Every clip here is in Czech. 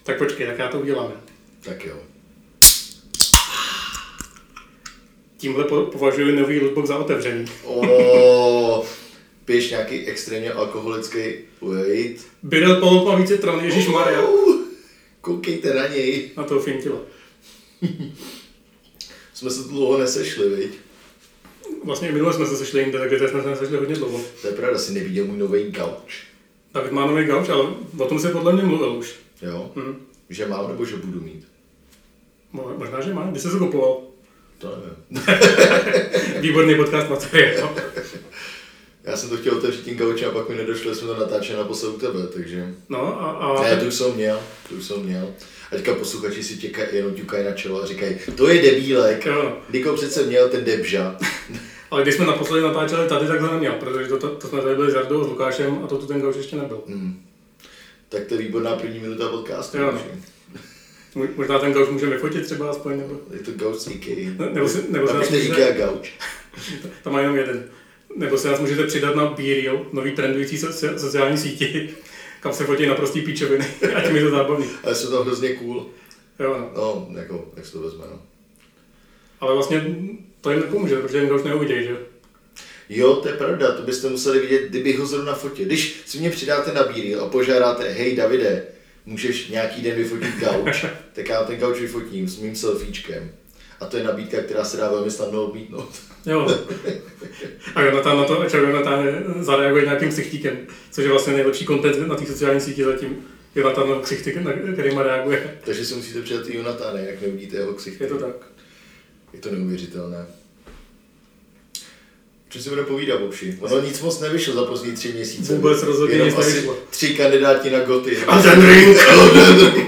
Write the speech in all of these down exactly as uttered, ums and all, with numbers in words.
Tak počkej, tak já to uděláme. Tak jo. Tímhle po- považuji nový lootbox za otevřený. Oh, piješ nějaký extrémně alkoholický wait. Birel Polop má více tron, ježišmarja. Uh, koukejte na něj. Na toho fintila. Jsme se tu dlouho nesešli, viď? Vlastně minule jsme se sešli jinde, takže teď jsme se nesešli hodně dlouho. To je pravda, si neviděl můj nový gauč. David má nový gauč, ale o tom se podle mě mluvil už. Jo? Hm. Že mám nebo že budu mít? Mo- Možná, že má. Kdy jsi se kupoval? To nevím. Výborný podcast materiál. Já jsem to chtěl otevřít tím gaučem a pak mi nedošlo, že jsme to natáčeli naposled u tebe, takže... No a... a... Ne, tu jsem měl, tu jsem měl. A teďka posluchači si těka, jenom ťukají na čelo a říkají, to je debílek, Jo. Diko přece měl ten debža. Ale když jsme naposledy natáčeli tady, tak to neměl, protože to, to, to jsme tady byli s Jardou a s Lukášem a to tu ten gauč ještě nebyl. Hmm. Tak to je výborná první minuta podcastu. Jo, no. Mo- Možná ten gauč můžeme vyfotit třeba aspoň, nebo... Je to gauč z IKEA. Ne- nebo si- nebo si nás Napište můžete- IKEA gauč. Tam má jenom jeden. Nebo se nás můžete přidat na BeReal, nový trendující soci- sociální síti, kam se fotí naprostý píčoviny, ať mi to zábavný. Ale jsou tam hrozně cool. Jo, no. No, jako, jak se to vezme, no. Ale vlastně to jim nepomůže, protože ten gauč neuvidějí, že? Jo, to je pravda, to byste museli vidět, kdybych ho zrovna fotil. Když si mě přidáte na BeReal a požádáte, hej Davide, můžeš nějaký den vyfotit gauč, tak já ten gauč vyfotím s mým selfiečkem. A to je nabídka, která se dá velmi snadno odmítnout. Jo. A Jonathan na to, a Jonathan zareaguje nějakým ksichtíkem, což je vlastně nejlepší content na té sociální síti zatím. Jonathan na ksichty, na kterýma reaguje. Takže si musíte přidat i Jonathana, jak neuvidíte jeho ksichty. Je to tak. Je to neuvěřitelné. Co si budeme povídat, Bobši? Ono nic moc nevyšlo za poslední tři měsíce. Vůbec rozhodně Jenom nic asi nevyšlo. tři kandidáti na Goty. Elden Ring! Elden Ring!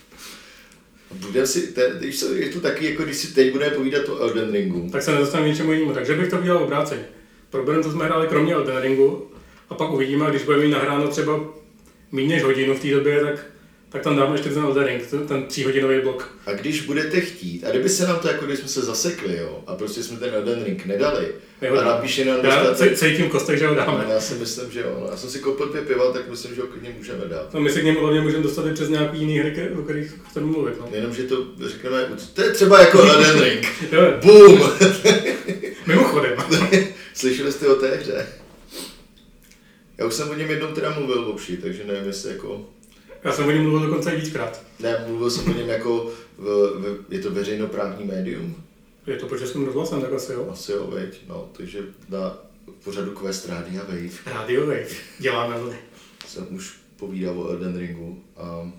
Budeme si, te, když se, je to taky, jako když si teď budeme povídat o Elden Ringu. Tak se nedostaneme něčemu jinému, takže bych to udělal obráceně. Probereme, co jsme hráli kromě Elden Ringu a pak uvidíme, a když budeme mít nahráno třeba méně než hodinu v té době, tak, tak tam dáme ještě ten Elden Ring, ten tříhodinový blok. A když budete chtít, a kdyby se nám to, jako když jsme se zasekli, jo, a prostě jsme ten Elden Ring nedali, a napíše nám Já dostatek... cítím kostek, že ho dáme. Já si myslím, že jo. Já jsem si koupil dvě piva, tak myslím, že ho klidně můžeme dát. No my si k němu hlavně můžeme dostat i přes nějaký jiný hry, o kterých chceme mluvit. No. Jenomže to řekneme, to je třeba jako Elden Ring. Jo. Boom! Mimochodem. Slyšeli jste o té hře? Já už jsem o něm jednou teda mluvil, Bobši, takže nevím, jestli jako... Já jsem o něm mluvil dokonce i víckrát. Ne, mluvil jsem o něm jako, v, v, je to veřejnoprávní médium? Je to po Českém rozhlasem, tak asi jo. Asi jo, veď, no, takže na pořadu Quest Rádia Wave Radio Wave. Děláme vlny. jsem už povídal o Elden Ringu a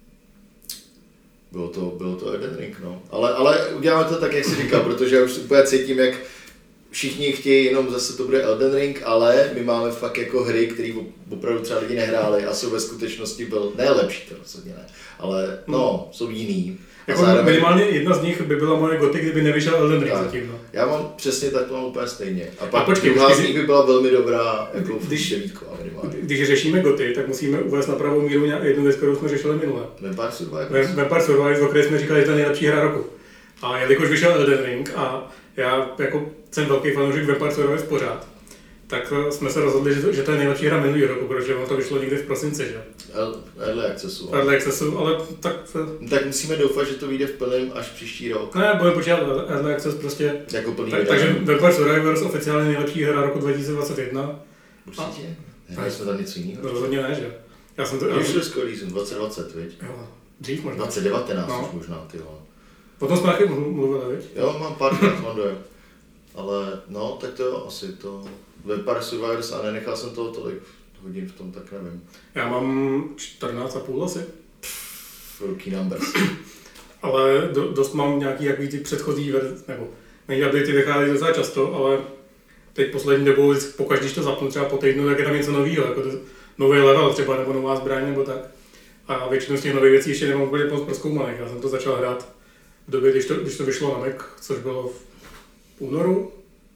bylo to, bylo to Elden Ring, no. Ale, ale uděláme to tak, jak jsi říkal, protože já už úplně cítím, jak všichni chtějí jenom zase to bude Elden Ring, ale my máme fakt jako hry, které opravdu třeba lidi nehráli a jsou ve skutečnosti byl nejlepší, to rozhodně ne, ale no, jsou jiný. Jako zároveň... minimálně jedna z nich by byla moje goty, kdyby nevyšel Elden Ring Tak. zatím. No. Já mám přesně tak, to mám úplně stejně. A pak A počkej, druhá už z ty- nich by byla velmi dobrá, jako Když- když devítková minimálně. Když řešíme goty, tak musíme uvést na pravou míru nějak- jednu věc, kterou jsme řešili minule. Vampire Survivors. Vampire Survivors, o které jsme říkali, že to je nejlepší hra roku. A jelikož vyšel Elden Ring a já jako jsem velký fanoušek Vampire Survivors pořád, tak jsme se rozhodli, že to, že to je nejlepší hra minulý roku, protože ono to vyšlo někdy v prosinci, že? Early Accessu. V Early Accessu, ale tak... Tak musíme doufat, že to vyjde v plném až příští rok. Ne, budeme počítat Early Access prostě... Jako plný Tak, takže Vampire Survivors oficiálně nejlepší hra roku dva tisíce dvacet jedna. Určitě. Hráli jsme tam něco jiného. No, rozhodně ne, že? Já jsem to... Já Už jsem, to skoro jsem dvacet dvacet, viď? jo, dřív možná. dvacet devatenáct No. už možná, ty vole. O tom jsme taky mluvili, viď? Jo, mám párkrát, mám dojem. Ale no, tak to jo, asi to... Vampire Survivors a nenechal jsem toho tolik hodin v tom, tak nevím. Já mám čtrnáct a půl asi. Rookie numbers. Ale do, dost mám nějaký jaký ty předchozí verze, nebo není, aby ty vychází docela často, ale teď poslední dobou, pokaždé, když to zapnu třeba po týdnu, tak je tam něco nového, jako to, nový level třeba, nebo nová zbraň, nebo tak. A většinu z těch nových věcí ještě nemám úplně moc prozkoumaných. Já jsem to začal hrát v době, když to, když to vyšlo na Mac, což bylo v únoru.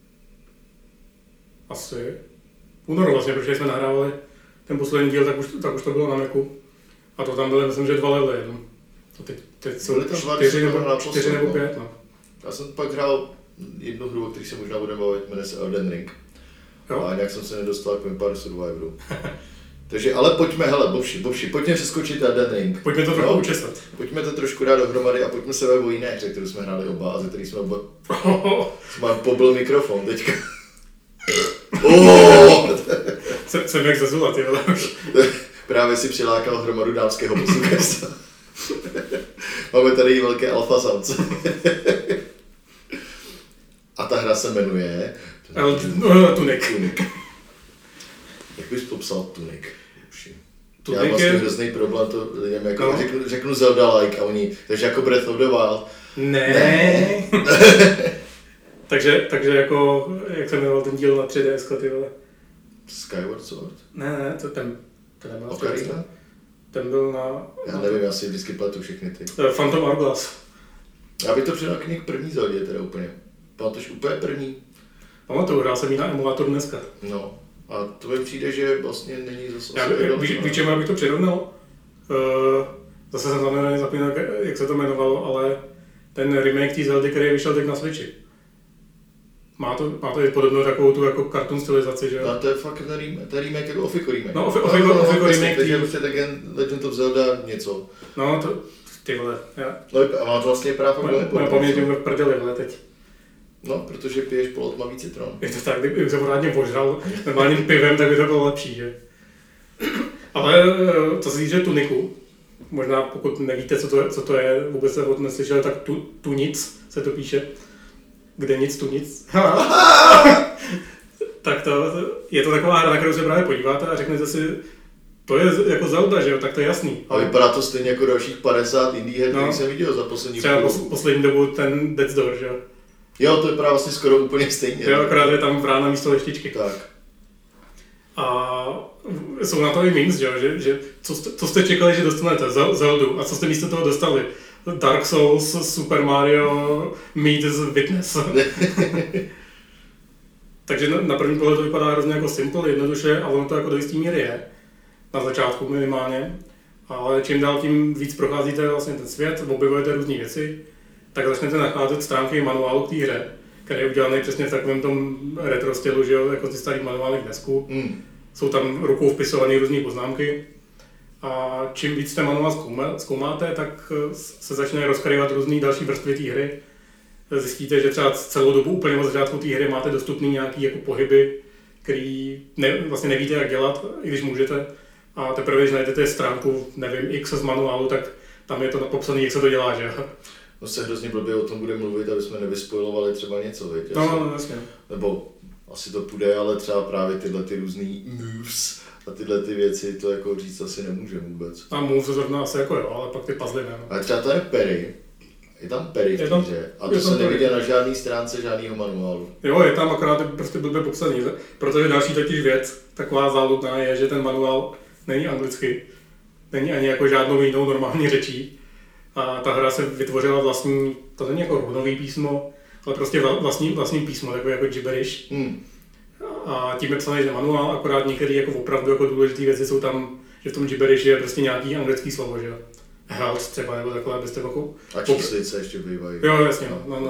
Asi. V únoru vlastně, protože jsme nahrávali ten poslední díl, tak už, tak už to bylo na Macu. A to tam byly, myslím, že dva levely jenom. To teď, teď jsou Byly tam dva, čtyři, když jsem nebo, hrál čtyři naposled, nebo no. pět. No. Já jsem pak hrál jednu hru, o které se možná budeme bavit, jmenuje se Elden Ring. Jo? A nějak jsem se nedostal k Vampire Survivoru. Takže, ale pojďme, hele, bobši, bobši, pojďme přeskočit Elden Ring. Pojďme to trochu učesat. Pojďme to trošku dát dohromady a pojďme se o jiné hře, kterou jsme hráli oba a ze který jsme oba... Jsme pobil mikrofon teďka. Oh! Jsem jak zazula, ty vole. Právě si přilákal hromadu dámského posluchačstva. Máme tady velké alfa samce. A ta hra se jmenuje... Tunic. Tunic. Jak bys popsal Tunic? Tunic Já mám vlastně je... hrozný problém to lidem, jako no. řeknu, řeknu Zelda-like a oni, takže jako Breath of the Wild. Ne. ne. takže, takže jako, jak se jmenoval ten díl na tři D S, ty vole? Skyward Sword? Ne, ne, to ten, ten nebyl. Ocarina? Ten byl na... Já nevím, já si vždycky pletu všechny ty. Phantom Hourglass. Já bych to přidal k první Zeldě teda úplně. Pamatuješ úplně první? Pamatuju, hrál jsem ji na emulátoru dneska. No. A to mi přijde, že vlastně není zase... Já, víš, víš, čemu bych to přirovnal? Uh, zase jsem tam nezapomněl, jak se to jmenovalo, ale ten remake té Zeldy, který vyšel teď na Switchi. Má to, má to i podobnou takovou tu jako cartoon stylizaci, že jo? No to je fakt ten remake, ten remake jako Ofiko remake. No, Ofiko no, no, no, remake. Takže prostě tak jen Legend of Zelda něco. No to, ty vole, já... No a má to vlastně právě fakt velmi podobnou. Moje paměť v prdeli, vole, teď. No, protože piješ polotmavý citron. Je to tak, kdyby se pořádně požral normálním pivem, tak by to bylo lepší, že? Ale co se týče Tuniku, možná pokud nevíte, co to je, co to je vůbec se o tom neslyšeli, tak tu, tu nic se to píše. Kde nic, tu nic. Tak to, je to taková hra, na kterou se právě podíváte a řeknete si, to je jako Zelda, že jo, tak to je jasný. A vypadá to stejně jako dalších padesát indie her, no, který jsem viděl za poslední třeba pos, poslední dobu ten Death's Door, že jo. Jo, to vypadá vlastně skoro úplně stejně. Jo, akorát je tam vrána místo leštičky. Tak. A jsou na to i memes, že, že co, jste, co jste čekali, že dostanete? Zeldu. A co jste místo toho dostali? Dark Souls, Super Mario, meets Witness. Takže na, na první pohled to vypadá hrozně jako simple, jednoduše, a ono to jako do jistý míry je. Na začátku minimálně. Ale čím dál tím víc procházíte vlastně ten svět, objevujete různé věci, tak začnete nacházet stránky manuálu k té hře, který je udělaný přesně v takovém tom retro stylu, že jo, jako ty starý manuály v dnesku. Mm. Jsou tam rukou vpisované různé poznámky. A čím víc ten manuál zkoumáte, tak se začne rozkryvat různé další vrstvy té hry. Zjistíte, že třeba celou dobu úplně od začátku té hry máte dostupný nějaký jako pohyby, který ne, vlastně nevíte, jak dělat, i když můžete. A teprve, když najdete stránku, nevím, X z manuálu, tak tam je to popsané, jak se to dělá, že jo. No se hrozně blbě o tom bude mluvit, aby jsme nevyspojilovali třeba něco, viď? No, no, jasně. Nebo asi to půjde, ale třeba právě tyhle ty různý moves a tyhle ty věci, to jako říct asi nemůže vůbec. A moves zrovna asi jako jo, ale pak ty puzzle ne. Ale třeba to je Perry. Je tam Perry v té hře a to se neviděl na žádný stránce žádného manuálu. Jo, je tam akorát prostě blbě popsaný, protože další totiž věc, taková záludná je, že ten manuál není anglicky, není ani jako žádnou jinou normální řečí. A ta hra se vytvořila vlastní, to není jako runový písmo, ale prostě vlastní, vlastní písmo, takové jako gibberish. Hmm. A tím je psaný, že manuál, akorát některé jako opravdu jako důležité věci jsou tam, že v tom gibberish je prostě nějaký anglický slovo, že jo. Health třeba, nebo takhle, abyste jako... A číslice ještě bývají. Jo, jasně, no, no, no.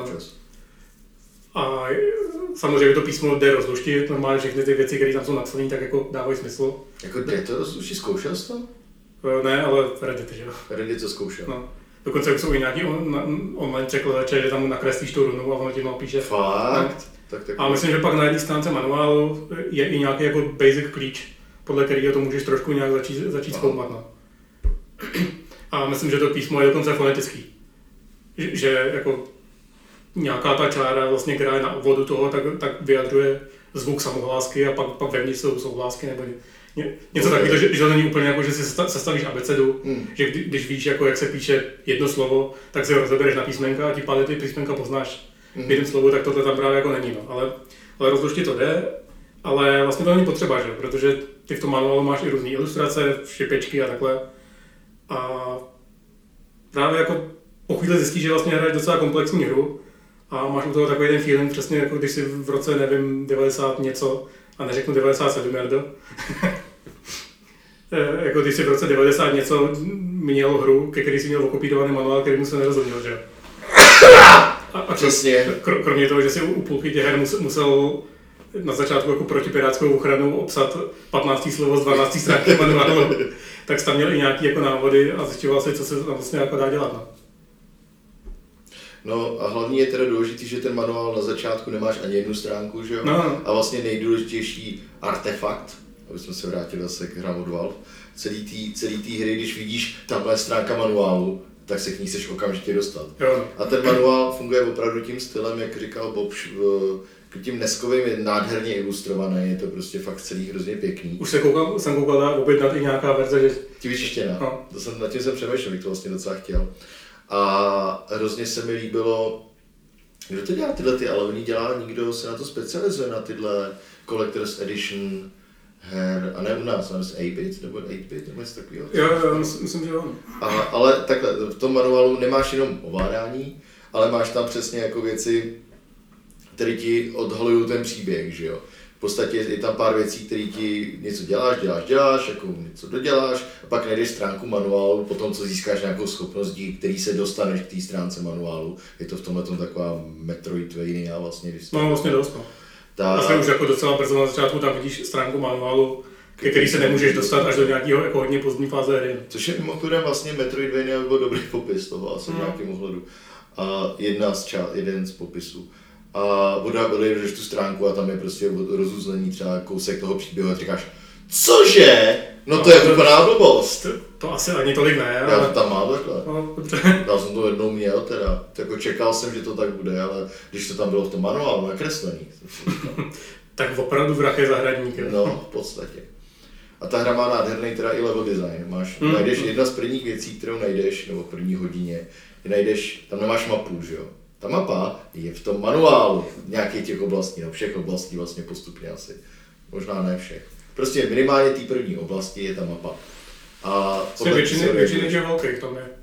A samozřejmě to písmo jde rozluštit, normálně všechny ty věci, které tam jsou napsané, tak jako dávají smysl. Jako jde to rozluštit, zkoušel jsi to? Ne, ale Reddit, že jo. Reddit to zkoušel. No. Dokonce už jsou i nějaký on, online překladače, že tam nakreslíš tu runu a ono ti napíše. Fakt? Tak, tak a myslím, že pak na jedné stránce manuálu je i nějaký jako basic klíč, podle kterého to můžeš trošku nějak začít, začít zkoumat. No. A myslím, že to písmo je dokonce fonetický. Že, že jako nějaká ta čára, vlastně, která je na obvodu toho, tak, tak vyjadřuje zvuk samohlásky a pak, pak vevnitř jsou souhlásky nebo ně, něco okay. takového, že, že to není úplně jako, že si sestavíš abecedu, hmm. že kdy, když víš, jako, jak se píše jedno slovo, tak si ho rozebereš na písmenka a ti pádem ty písmenka poznáš hmm. v jednom slovu, tak tohle tam právě jako není. No. Ale, ale rozluštit to jde, ale vlastně to není potřeba, že? Protože ty v tom manuálu máš i různé ilustrace, šipečky a takhle. A právě jako po chvíli zjistíš, že vlastně hraješ docela komplexní hru a máš u toho takový ten feeling, přesně jako když si v roce, nevím, devadesát něco, a neřeknu devadesát sedm, Jardo. Jako když si v roce devadesát něco měl hru, ke který si měl okopírovaný manuál, který mu se nerozuměl, že? A, a přesně. Kromě toho, že si u půlky těch her musel, musel na začátku jako protipirátskou ochranu obsat patnáct slovo z dvanáct stránky manuálu, tak jsi tam měl i nějaký jako návody a zjišťoval si, co se tam vlastně jako dá dělat. No. No a hlavně je teda důležitý, že ten manuál na začátku nemáš ani jednu stránku, že jo? No. A vlastně nejdůležitější artefakt, aby jsme se vrátili zase k hrám od Valve, celý té celý tý hry, když vidíš, tamhle je stránka manuálu, tak se k ní chceš okamžitě dostat. Jo. A ten manuál funguje opravdu tím stylem, jak říkal Bob, tím neskovým je nádherně ilustrovaný, je to prostě fakt celý hrozně pěkný. Už se koukal, jsem koukal na objednat i nějaká verze, že... Ti vyčištěná, no. to jsem, nad tím jsem přemýšlel, bych to vlastně docela chtěl. A hrozně se mi líbilo, kdo to dělá tyhle ty, ale oni dělá, nikdo se na to specializuje, na tyhle Collector's Edition her, a ne u nás, ale osm bit, nebo osm bit, nebo něco takového. Jo, jo, myslím, že jo. A, ale takhle, v tom manuálu nemáš jenom ovládání, ale máš tam přesně jako věci, které ti odhalují ten příběh, že jo. V podstatě je tam pár věcí, které ti něco děláš, děláš, děláš, jako něco doděláš, a pak najdeš stránku manuálu, potom co získáš nějakou schopnost, díky který se dostaneš k té stránce manuálu. Je to v tomhle tom taková Metroidvania vlastně. Když no vlastně dost, no. Ta... Vlastně už jako docela brzo na začátku tam vidíš stránku manuálu, ke který se nemůžeš dostat až do nějakého jako hodně pozdní fáze hry. Což je mimochodem vlastně Metroidvania byl dobrý popis toho asi v no. nějakém ohledu. A jedna z ča- jeden z popisů. A odhalíš tu stránku a tam je prostě rozuzlení třeba kousek toho příběhu a říkáš, cože? No to no, je to, úplná blbost. To, to asi ani tolik ne. Ale... Já to tam mám takhle. No, Já jsem to jednou měl teda. Jako čekal jsem, že to tak bude, ale když to tam bylo v tom manuálu nakreslený. Tak opravdu vrah je zahradník. No, v podstatě. A ta hra má nádherný teda i level design. Máš, mm. najdeš jedna z prvních věcí, kterou najdeš, nebo v první hodině, najdeš, tam nemáš mapu, že jo? Ta mapa je v tom manuálu nějakých těch oblastí, no všech oblastí vlastně postupně asi. Možná ne všech. Prostě minimálně té první oblasti je ta mapa. A většiny, většiny je velkých tam je.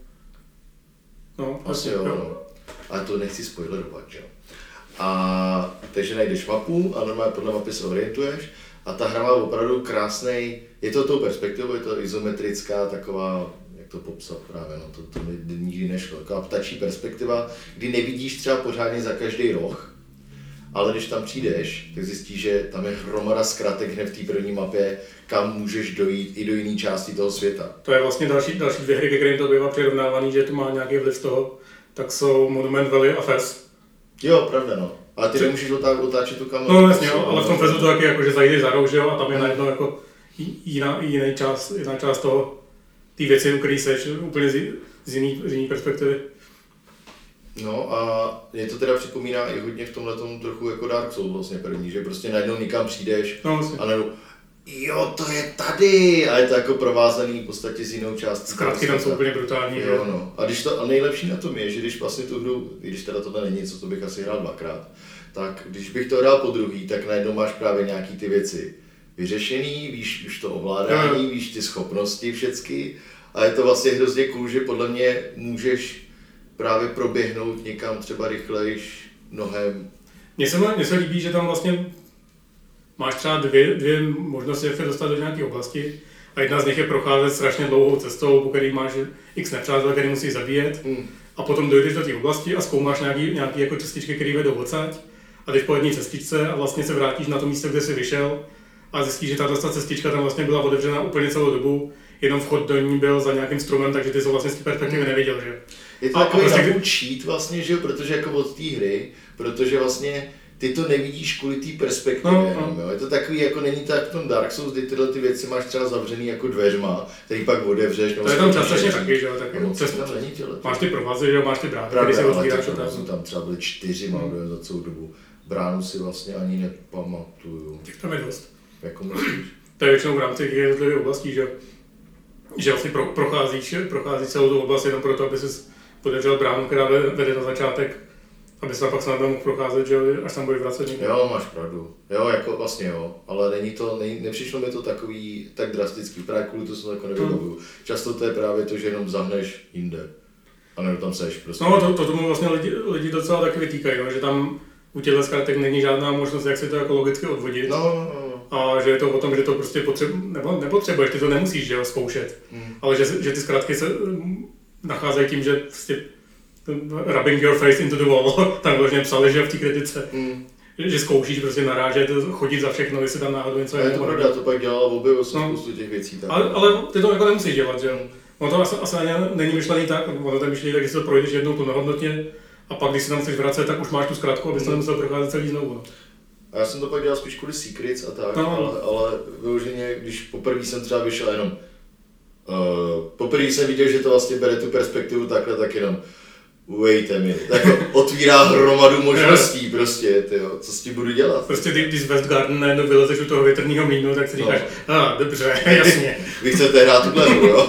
No, asi jo, no. Ale to nechci spoilerovat, že jo. A takže najdeš mapu a normálně podle mapy se orientuješ. A ta hra má opravdu krásnej, je to tou perspektivou, je to izometrická taková, jak to popsat právě, no to, to nikdy nešlo, taková ptačí perspektiva, kdy nevidíš třeba pořádně za každý roh, ale když tam přijdeš, tak zjistíš, že tam je hromada zkratek hned v té první mapě, kam můžeš dojít i do jiné části toho světa. To je vlastně další, další dvě hry, ke kterým to bývá přirovnávaný, že to má nějaký vliv z toho, tak jsou Monument Valley a Fez. Jo, pravda no. Ale ty nemůžeš otáčet tu kameru. No jasně, ale v tom Fezu to taky jako, že zajdeš za roh, že jo, a tam je najednou jako jiná, jiný část, jiná část toho, ty věci, u který seš, úplně z, z, jiný, z jiný perspektivy. No a mě to teda připomíná i hodně v tomhletom trochu jako Dark Souls vlastně první, že prostě najednou nikam přijdeš no, vlastně. A najednou jo, to je tady! A je to jako provázaný v podstatě s jinou částí. Zkrátky tam jsou úplně brutální. Jo, no. A, když to, a nejlepší na tom je, že když vlastně tu hru, i když teda tohle není něco, co bych asi hrál dvakrát, tak když bych to hrál po druhý, tak najednou máš právě nějaký ty věci vyřešený, víš už to ovládání, víš ty schopnosti všecky. A je to vlastně hrozně cool, že podle mě můžeš právě proběhnout někam třeba rychlejš mnohem. Mně se, mně se líbí, že tam vlastně máš třeba dvě, dvě možnosti, jak se dostat do nějaké oblasti a jedna z nich je procházet strašně dlouhou cestou, po který máš x nepřátel, který musíš zabíjet hmm. a potom dojdeš do té oblasti a zkoumáš nějaký, nějaký jako cestičky, které vedou odsaď a jdeš po jedné cestičce a vlastně se vrátíš na to místo, kde jsi vyšel a zjistíš, že tato cestička tam vlastně byla otevřena úplně celou dobu, jenom vchod do ní byl za nějakým stromem, takže ty jsi vlastně z té perspektivy neviděl, že? Je to takový prostě... cheat vlastně, že jo, protože jako od té hry, protože vlastně ty to nevidíš kvůli té perspektivě, no, no. Je to takový, jako není to jak v tom Dark Souls, kdy tyhle ty věci máš třeba zavřený jako dveřma, který pak otevřeš. To je tam částečně taky, že jo, tak no, přes... tam není těle. Máš ty provazy, že jo, máš ty brány, které si otvíráš. Tam třeba byly čtyři hmm. za celou dobu. Bránu si vlastně ani nepamatuju. Těch tam je dost. Jako myslíš? To je většinou v rámci jednotlivých oblastí, že že vlastně pro, procházíš, procházíš celou tu oblast jenom proto, aby jsi otevřel bránu, která vede na začátek, aby se pak snad mohl procházet, že až tam budeš vracet někde. Jo, máš pravdu. Jo, jako vlastně jo, ale není to, ne, nepřišlo mi to takový tak drastický, právě kvůli to jsem jako nevybavuju. Hmm. Často to je právě to, že jenom zahneš jinde, a nebo tam seš prostě. No to, to tomu vlastně lidi, lidi docela taky vytýkají, no, že tam u těchto zkratek není žádná možnost, jak si to jako logicky odvodit. No, no, no. A že je to o tom, že to prostě potřebu, nebo nepotřebuješ, ty to nemusíš, že jo, zkoušet. Hmm. Ale že, že ty zkratky se nacházejí tím, že prostě rubbing your face into the wall, tam vlastně psali, že v té kritice. Hmm. že zkoušíš prostě narážet, chodit za všechno, jestli tam náhodou něco je. To pravda, to pak dělal v objevil jsem no. spoustu těch věcí. Tak. Ale, ale ty to jako nemusíš dělat, že jo? Ono to asi, asi není myšlený tak, ono to je myšlený tak, že si to projdeš jednou plnohodnotně a pak když si tam chceš vracet, tak už máš tu zkratku, abys to nemusel procházet celý znovu. No. A já jsem to pak dělal spíš kvůli Secrets a tak, no. ale, ale vyloženě, když poprvé jsem třeba vyšel jenom, uh, poprvé jsem viděl, že to vlastně bere tu perspektivu takhle, tak jenom wait a minute, tak otvírá hromadu možností prostě, tyjo, co s tím budu dělat? Prostě ty, když z West Garden najednou vylezeš u toho větrného mlýnu, tak si říkáš, no. ah, dobře, jasně. Vy chcete hrát tuhle hru, jo?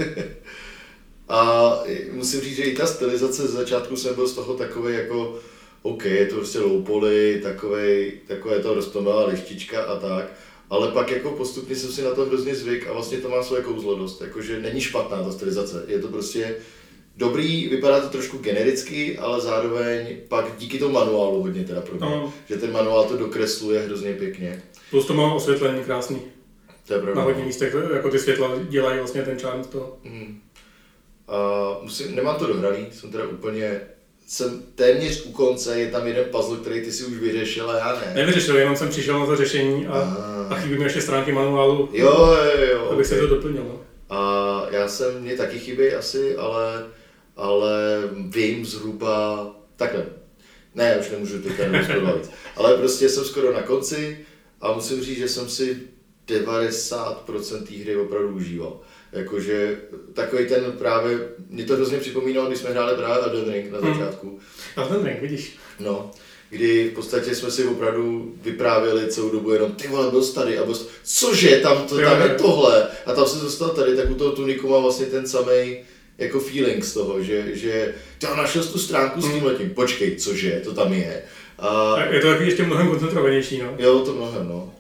A musím říct, že i ta stylizace z začátku jsem byl z toho takovej jako OK, je to prostě low poly, takovej, takové to roztomilá lištička a tak, ale pak jako postupně jsem si na to hrozně zvyk a vlastně to má svoje kouzlo dost, jakože není špatná ta stylizace, je to prostě dobrý, vypadá to trošku genericky, ale zároveň pak díky tomu manuálu hodně teda pro mě, no. Že ten manuál to dokresluje hrozně pěkně. Plus to má osvětlení krásný. To je pravda. Na hodně místech, jako ty světla dělají vlastně ten čárn z toho. Hmm. A musím, nemám to dohraný, jsem teda úplně, jsem téměř u konce, je tam jeden puzzle, který ty si už vyřešil a já ne. Nevyřešil, jenom jsem přišel na to řešení a, a chybí mi ještě stránky manuálu, jo, jo, jo, abych okay. se to doplnil. No. A já jsem, mě taky chybí asi, ale, ale vím zhruba, takhle, ne, už nemůžu teďka nevzpodovat, ale prostě jsem skoro na konci a musím říct, že jsem si devadesát procent té hry opravdu užíval. Jakože takový ten právě, mě to hrozně připomínalo, když jsme hráli právě Elden Ring na začátku. Hmm. Elden Ring, vidíš. No, kdy v podstatě jsme si opravdu vyprávěli celou dobu jenom ty vole, byl jsi tady a byl jsi, cože, tam, to, tam je tohle a tam se dostal tady, tak u toho Tuniku má vlastně ten samý jako feeling z toho, že, že ty našel jsi tu stránku s tímhletím, počkej, cože, to tam je. A je to taky ještě mnohem koncentrovanější, no. Jo, to mnohem, no.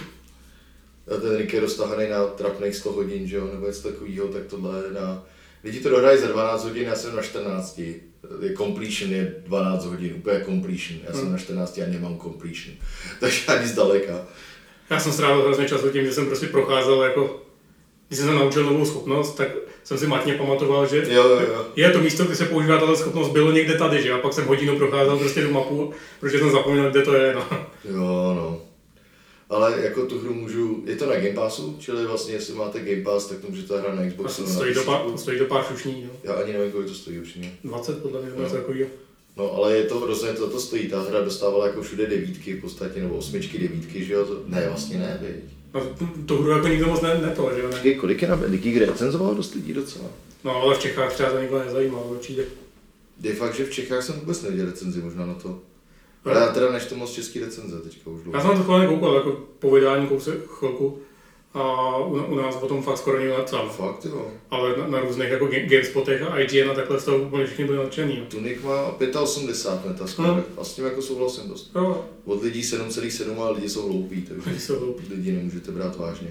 A ten Rick je roztahaný na trapných sto hodin, že jo, nebo něco takovýho, tak tohle je na... Lidi to dohrají za dvanáct hodin, já jsem na čtrnáct. Je completion je dvanáct hodin, úplně completion. Já jsem hmm. na čtrnáct a nemám completion. Takže ani zdaleka. Já jsem strávil hrozně času tím, že jsem prostě procházel jako... Když jsem se naučil novou schopnost, tak jsem si matně pamatoval, že jo, jo, jo. je to místo, kde se používá tato schopnost, bylo někde tady, že? A pak jsem hodinu procházel prostě tu mapu, protože jsem zapomněl, kde to je, no. Jo, no. Ale jako tu hru můžu, je to na Game Passu, čili vlastně jestli máte Game Pass, tak to můžete hrát na Xboxu. Stojí to, pár, stojí to pár šušní, no. Já ani nevím, kolik to stojí upřímně. dvacet podle mě, něco takového. No ale je to rozhodně to, to stojí, ta hra dostávala jako všude devítky v podstatě, nebo osmičky, devítky, že jo, to, ne, vlastně ne, viď. No tu, tu hru jako nikdo moc ne, ne to, že jo, ne. Kolik je na Ligy recenzovalo dost lidí docela? No ale v Čechách třeba to nikoho nezajímalo, určitě. Je fakt, že v Čechách jsem vůbec neviděl recenzi možná na to. Ale já teda nečtu moc český recenze teďka už dlouho. Já jsem to chvíli koukal, jako po vydání kousek chvilku a u, u nás potom fakt skoro nikdo nepsal. Fakt jo. Ale na, na různých jako GameSpotech a I G N a takhle z toho úplně všichni byli nadšený. No. Tunik má osmdesát pět metascore hmm. a s tím jako souhlasím dost. Jo. Od lidí sedm celá sedm, ale lidi jsou hloupí, takže lidi, jsou hloupí. Lidi nemůžete brát vážně.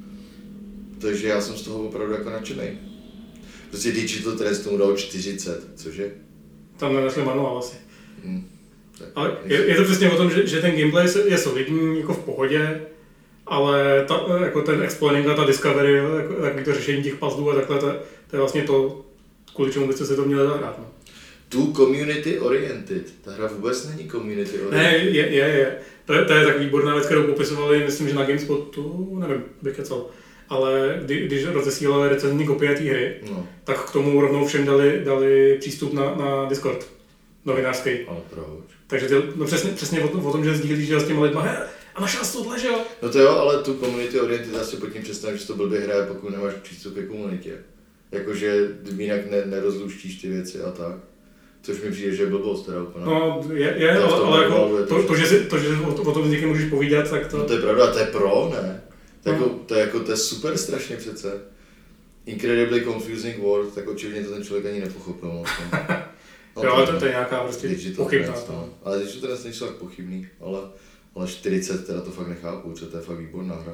Takže já jsem z toho opravdu jako nadšenej. Prostě Digital Trends tomu dal čtyřicet, cože? Tam nenašli manuál asi. Hmm. Ale je, je to přesně o tom, že, že ten gameplay je solidní, jako v pohodě, ale ta, jako ten explaining a ta discovery, jako, takový to řešení těch puzzlů a takhle, to, to je vlastně to, kvůli čemu byste se to měli zahrát. No. Tu community oriented, ta hra vůbec není community oriented. Ne, je, je, je. To je, to je tak výborná věc, kterou popisovali, myslím, že na GameSpotu, nevím, bych kecal. Ale kdy, když rozesílali recenzní kopie té hry, no. tak k tomu rovnou všem dali, dali přístup na, na Discord novinářský. Ale proč? Takže ty, no přesně, přesně o, tom, o tom, že sdílíš s těma lidma, he, a našel jsi tohle, že jo? No to jo, ale tu community oriented asi pod tím představím, že to blbě hraje, pokud nemáš přístup ke komunitě. Jakože jinak ne, nerozluštíš ty věci a tak. Což mi přijde, že je blbost teda úplně. No je, je ale, ale jako to, to, že si, to, že o, o tom s někým můžeš povídat, tak to... No to je pravda, to je pro, ne? To, no. jako, to, je jako, to je super strašně přece. Incredibly confusing world, tak očividně to ten člověk ani nepochopil. No, no, jo, ale to, to je nějaká prostě pochybná. No. Ale Digital Trends nejsou tak pochybný, ale, ale čtyřicet teda to fakt nechápu, že to je fakt výborná hra.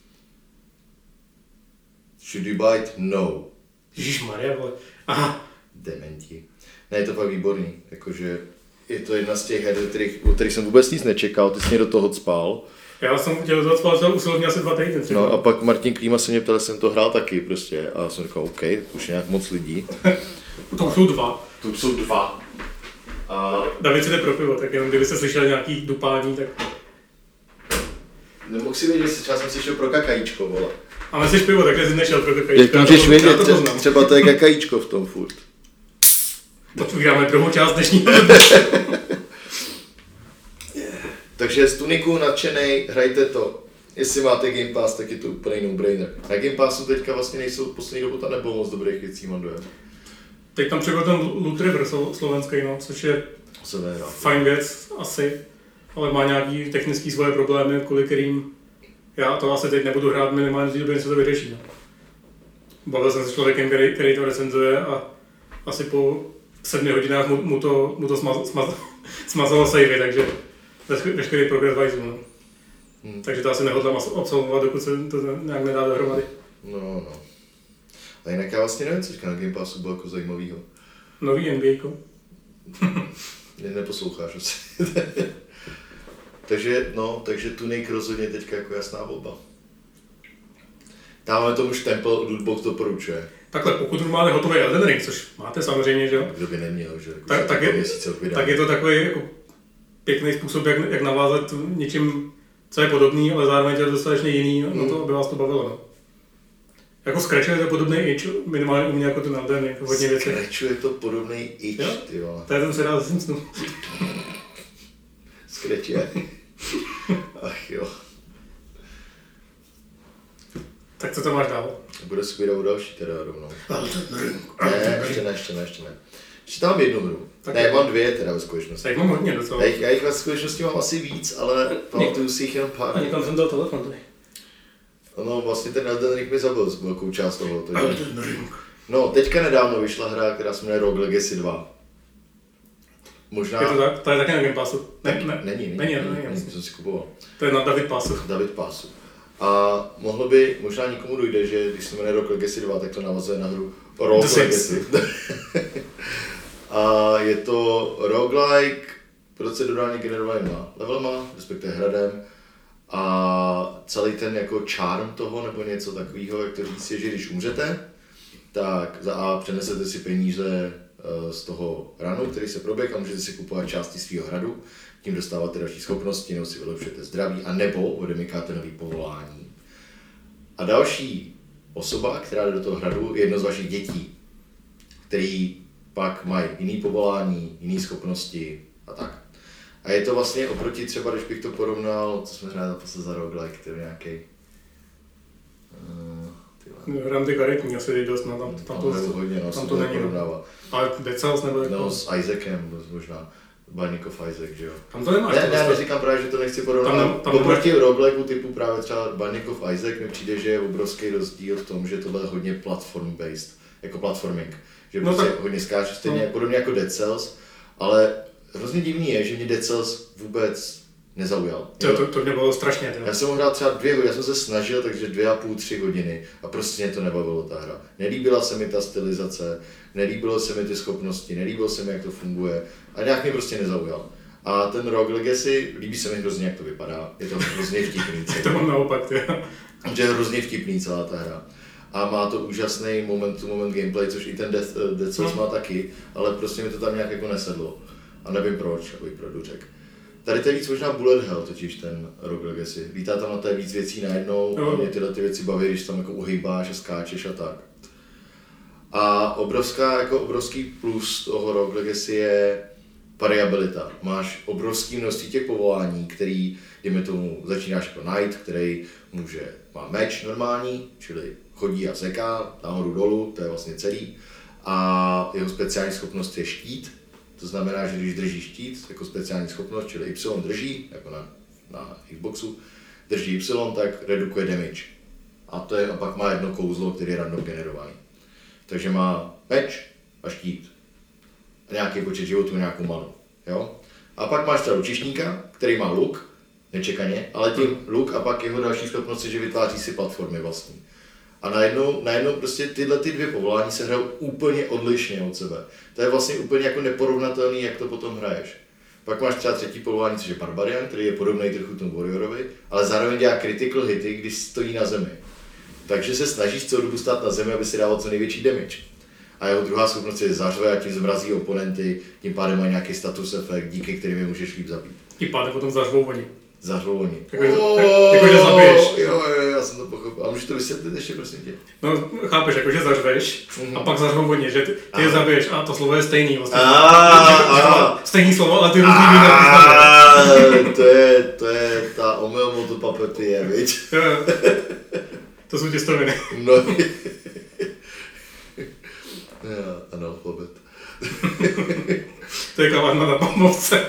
Should you buy it? No. Ježišmarja, vole. Aha. Dementi. Ne, je to fakt výborný, jakože je to jedna z těch her, o kterých jsem vůbec nic nečekal, ty jsi mě do toho cpal. Já jsem chtěl zacpal, že usilovně asi dva týdny třeba. No a pak Martin Klíma se mě ptal, jsem to hrál taky prostě a jsem říkal, OK, to už je nějak moc lidí. To už jsou dva. To už jsou dva. A David si jde pro pivo, tak jenom kdybyste slyšeli nějaký dupání, tak... nemohl si vědět, třeba jsem si šel pro kakajíčko, vole. Ale jsi pivo, takže jsi nešel pro kakajíčko. Jak to můžeš vědět, tře- třeba to je kakajíčko v tom furt. Otvíráme druhou část dnešního. Takže z Tuniku nadšenej, hrajte to. Jestli máte Game Pass, tak je to úplně no-brainer. Na Game Passu teďka vlastně nejsou v poslední dobu, tam nebylo moc dobrých věcí, mám dojem. Teď tam přibyl ten Loot River slovenský, no, což je fajn věc, asi. Ale má nějaký technický svoje problémy, kvůli kterým já to asi teď nebudu hrát minimálně v té době, než se to vyřeší. No. Bavil jsem se s člověkem, který, který to recenzuje a asi po sedmi hodinách mu, mu to, mu to smaz, smaz, smazalo savey, takže veškerý progres vajzu. No. Hmm. Takže to asi nehodlám absolvovat, dokud se to nějak nedá dohromady. No, no. A jinak já vlastně nevím, co na Game Passu bylo jako zajímavýho. Nový N B A ko. Neposloucháš asi. takže, no, takže Tunic rozhodně teďka jako jasná volba. Dáme tomu už Temple, Lootbox doporučuje. Takhle, pokud máte hotový Elden Ring, což máte samozřejmě, že jo? Kdo by neměl, že? Tak, tak, je, tak je to takový jako pěkný způsob, jak, jak navázat něčím, co je podobný, ale zároveň je to dostatečně jiný, no, mm. to by vás to bavilo. No. Jako Scratch je to podobný itch, minimálně u mě jako ten Elden Ring, hodně věcí. Scratch je to podobný itch, ty vole. To je ten se dá ze Simpsonu. Scratch je. Ach jo. Tak co to máš dál? Bude Squirrel další teda rovnou. Ne, ještě ne, ještě ne, ještě ne. Ještě tam mám jednu hru. Tak ne, mám dvě teda ve skutečnosti. Tak mám hodně docela. Já, já jich ve skutečnosti mám asi víc, ale pamatuju si jich jenom pár. A někam jsem dal telefon tady. No vlastně ten Elden Ring mi zabil s velkou část toho. Elden Ring. No, teďka nedávno vyšla hra, která se jmenuje Rogue Legacy dva. Možná... Je to tak? To je také na Game Passu. Ne, ne, není, není, není, není, není, není, jsem si kupoval. To je na David Passu. David Passu. A mohlo by, možná někomu dojde, že když se jmenuje Rogue Legacy dva, tak to navazuje na hru Rogue Legacy. A je to roguelike, procedurálně generovanýma levelma, respektive hradem. A celý ten jako charm toho, nebo něco takového, jak to říct, je, že když umřete, tak za A přenesete si peníze z toho ranu, který se proběh a můžete si kupovat části svého hradu, tím dostáváte další schopnosti, nebo si vylepšujete zdraví, a nebo odemykáte nový povolání. A další osoba, která jde do toho hradu, je jedno z vašich dětí, který pak mají jiný povolání, jiné schopnosti a tak. A je to vlastně oproti třeba, když bych to porovnal, co jsme hráli naposled za roguelike, který nějaký. Uh, Hrám ty karetní asi dost, no, tam, tam, to, hodně, no, tam to není. No. Ale Dead Cells nebo jako... No, s Isaacem možná. Binding of Isaac, že jo? Tam to nemáš. Ne, ne, neříkám právě, že to nechci porovnat. Oproti roguelike typu právě třeba Binding of Isaac mi přijde, že je obrovský rozdíl v tom, že tohle je hodně platform-based, jako platforming. Že no prostě tak... hodně skáče, stejně no. Podobně jako Dead Cells, ale hrozně divný je, že mě Dead Cells vůbec nezaujal. To, to, to mě bylo strašně. Teda. Já jsem ho hrál třeba dvě hodiny, já jsem se snažil, takže dvě a půl, tři hodiny a prostě mě to nebavilo ta hra. Nelíbila se mi ta stylizace, nelíbilo se mi ty schopnosti, nelíbilo se mi, jak to funguje a nějak mě prostě nezaujal. A ten Rogue Legacy, líbí se mi hrozně, jak to vypadá, je to hrozně vtipný. To mám naopak, že je hrozně vtipný celá ta hra. A má to úžasný moment to moment gameplay, což i ten Death, uh, Dead Cells má taky, ale prostě mi to tam nějak jako nesedlo. A nevím proč, abych pravdu řekl. Tady to je víc možná bullet hell, totiž ten Rogue Legacy. Lítá tam na té víc věcí najednou, no. Mě tyhle ty věci baví, když tam jako uhejbáš a skáčeš a tak. A obrovská, jako obrovský plus toho Rogue Legacy je variabilita. Máš obrovský množství těch povolání, který, dejme tomu, začínáš jako knight, který může, má meč normální, čili chodí a seká, nahoru dolů, to je vlastně celý. A jeho speciální schopnost je štít. To znamená, že když drží štít jako speciální schopnost, čili Y drží, jako na, na Xboxu, drží Y, tak redukuje damage. A, to je, a pak má jedno kouzlo, který je random generovaný. Takže má meč a štít. A nějaký počet životů, nějakou manu. Jo? A pak máš třeba lučišníka, který má luk, nečekaně, ale tím luk a pak jeho další schopnost je, že vytváří si platformy vlastní. A najednou, najednou prostě tyhle ty dvě povolání se hrajou úplně odlišně od sebe. To je vlastně úplně jako neporovnatelný, jak to potom hraješ. Pak máš třeba třetí povolání, což je Barbarian, který je podobný trochu tomu Warriorovi, ale zároveň dělá critical hity, když stojí na zemi. Takže se snažíš celou dobu stát na zemi, aby si dával co největší damage. A jeho druhá schopnost je zařve a tím zmrazí oponenty, tím pádem mají nějaký status efekt, díky kterým je můžeš líp zabít. Tím pádem potom zařvou oni. Zařvou oni. Jakože jako, zabiješ. Jo, jo, já jsem to pochopil. A můžeš to vysvětlit ještě, prosím tě? No, chápeš, jakože zařveš mm-hmm. a pak zařvou oni, že ty, ty je zabiješ a to slovo je stejný vlastně. Stejný slovo, ale ty různý výhledky. To je, to je ta omyl motopapety je, viď? To jsou těstoviny. No. Já, analfabet. To je kavárna na Pavlovce.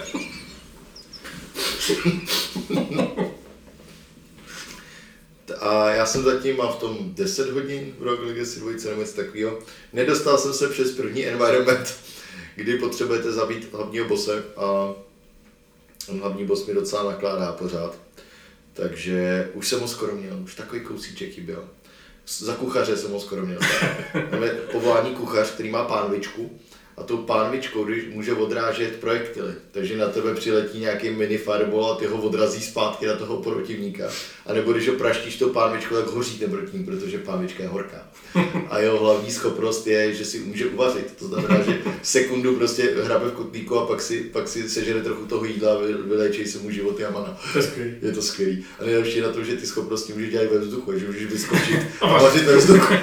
A já jsem zatím mám v tom deset hodin v Rogue Legacy dva nebo něco takového. Nedostal jsem se přes první environment, kdy potřebujete zabít hlavního bosse a hlavní boss mi docela nakládá pořád. Takže už jsem ho skoro měl, už takový kousíček chyběl. Za kuchaře jsem ho skoro měl. Máme povolání kuchař, který má pánvičku a tou pánvičkou když může odrážet projektily. Takže na tebe přiletí nějaký mini fireball a ty ho odrazí zpátky na toho protivníka. A nebo když ho praštíš tou pánvičkou, tak hoří ten protivník, protože pánvička je horká. A jeho hlavní schopnost je, že si může uvařit. To znamená, že sekundu prostě hrabe v kotlíku a pak si, pak si sežere trochu toho jídla a vyléčí se mu životy a mana. To je skvělý. Je to skvělý. A nejlepší je na tom, že ty schopnosti můžeš dělat ve vzduchu, že můžeš vyskočit a vařit ve vzduchu.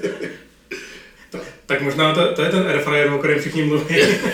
Tak možná to, to je ten airfryer, o kterém všichni mluví.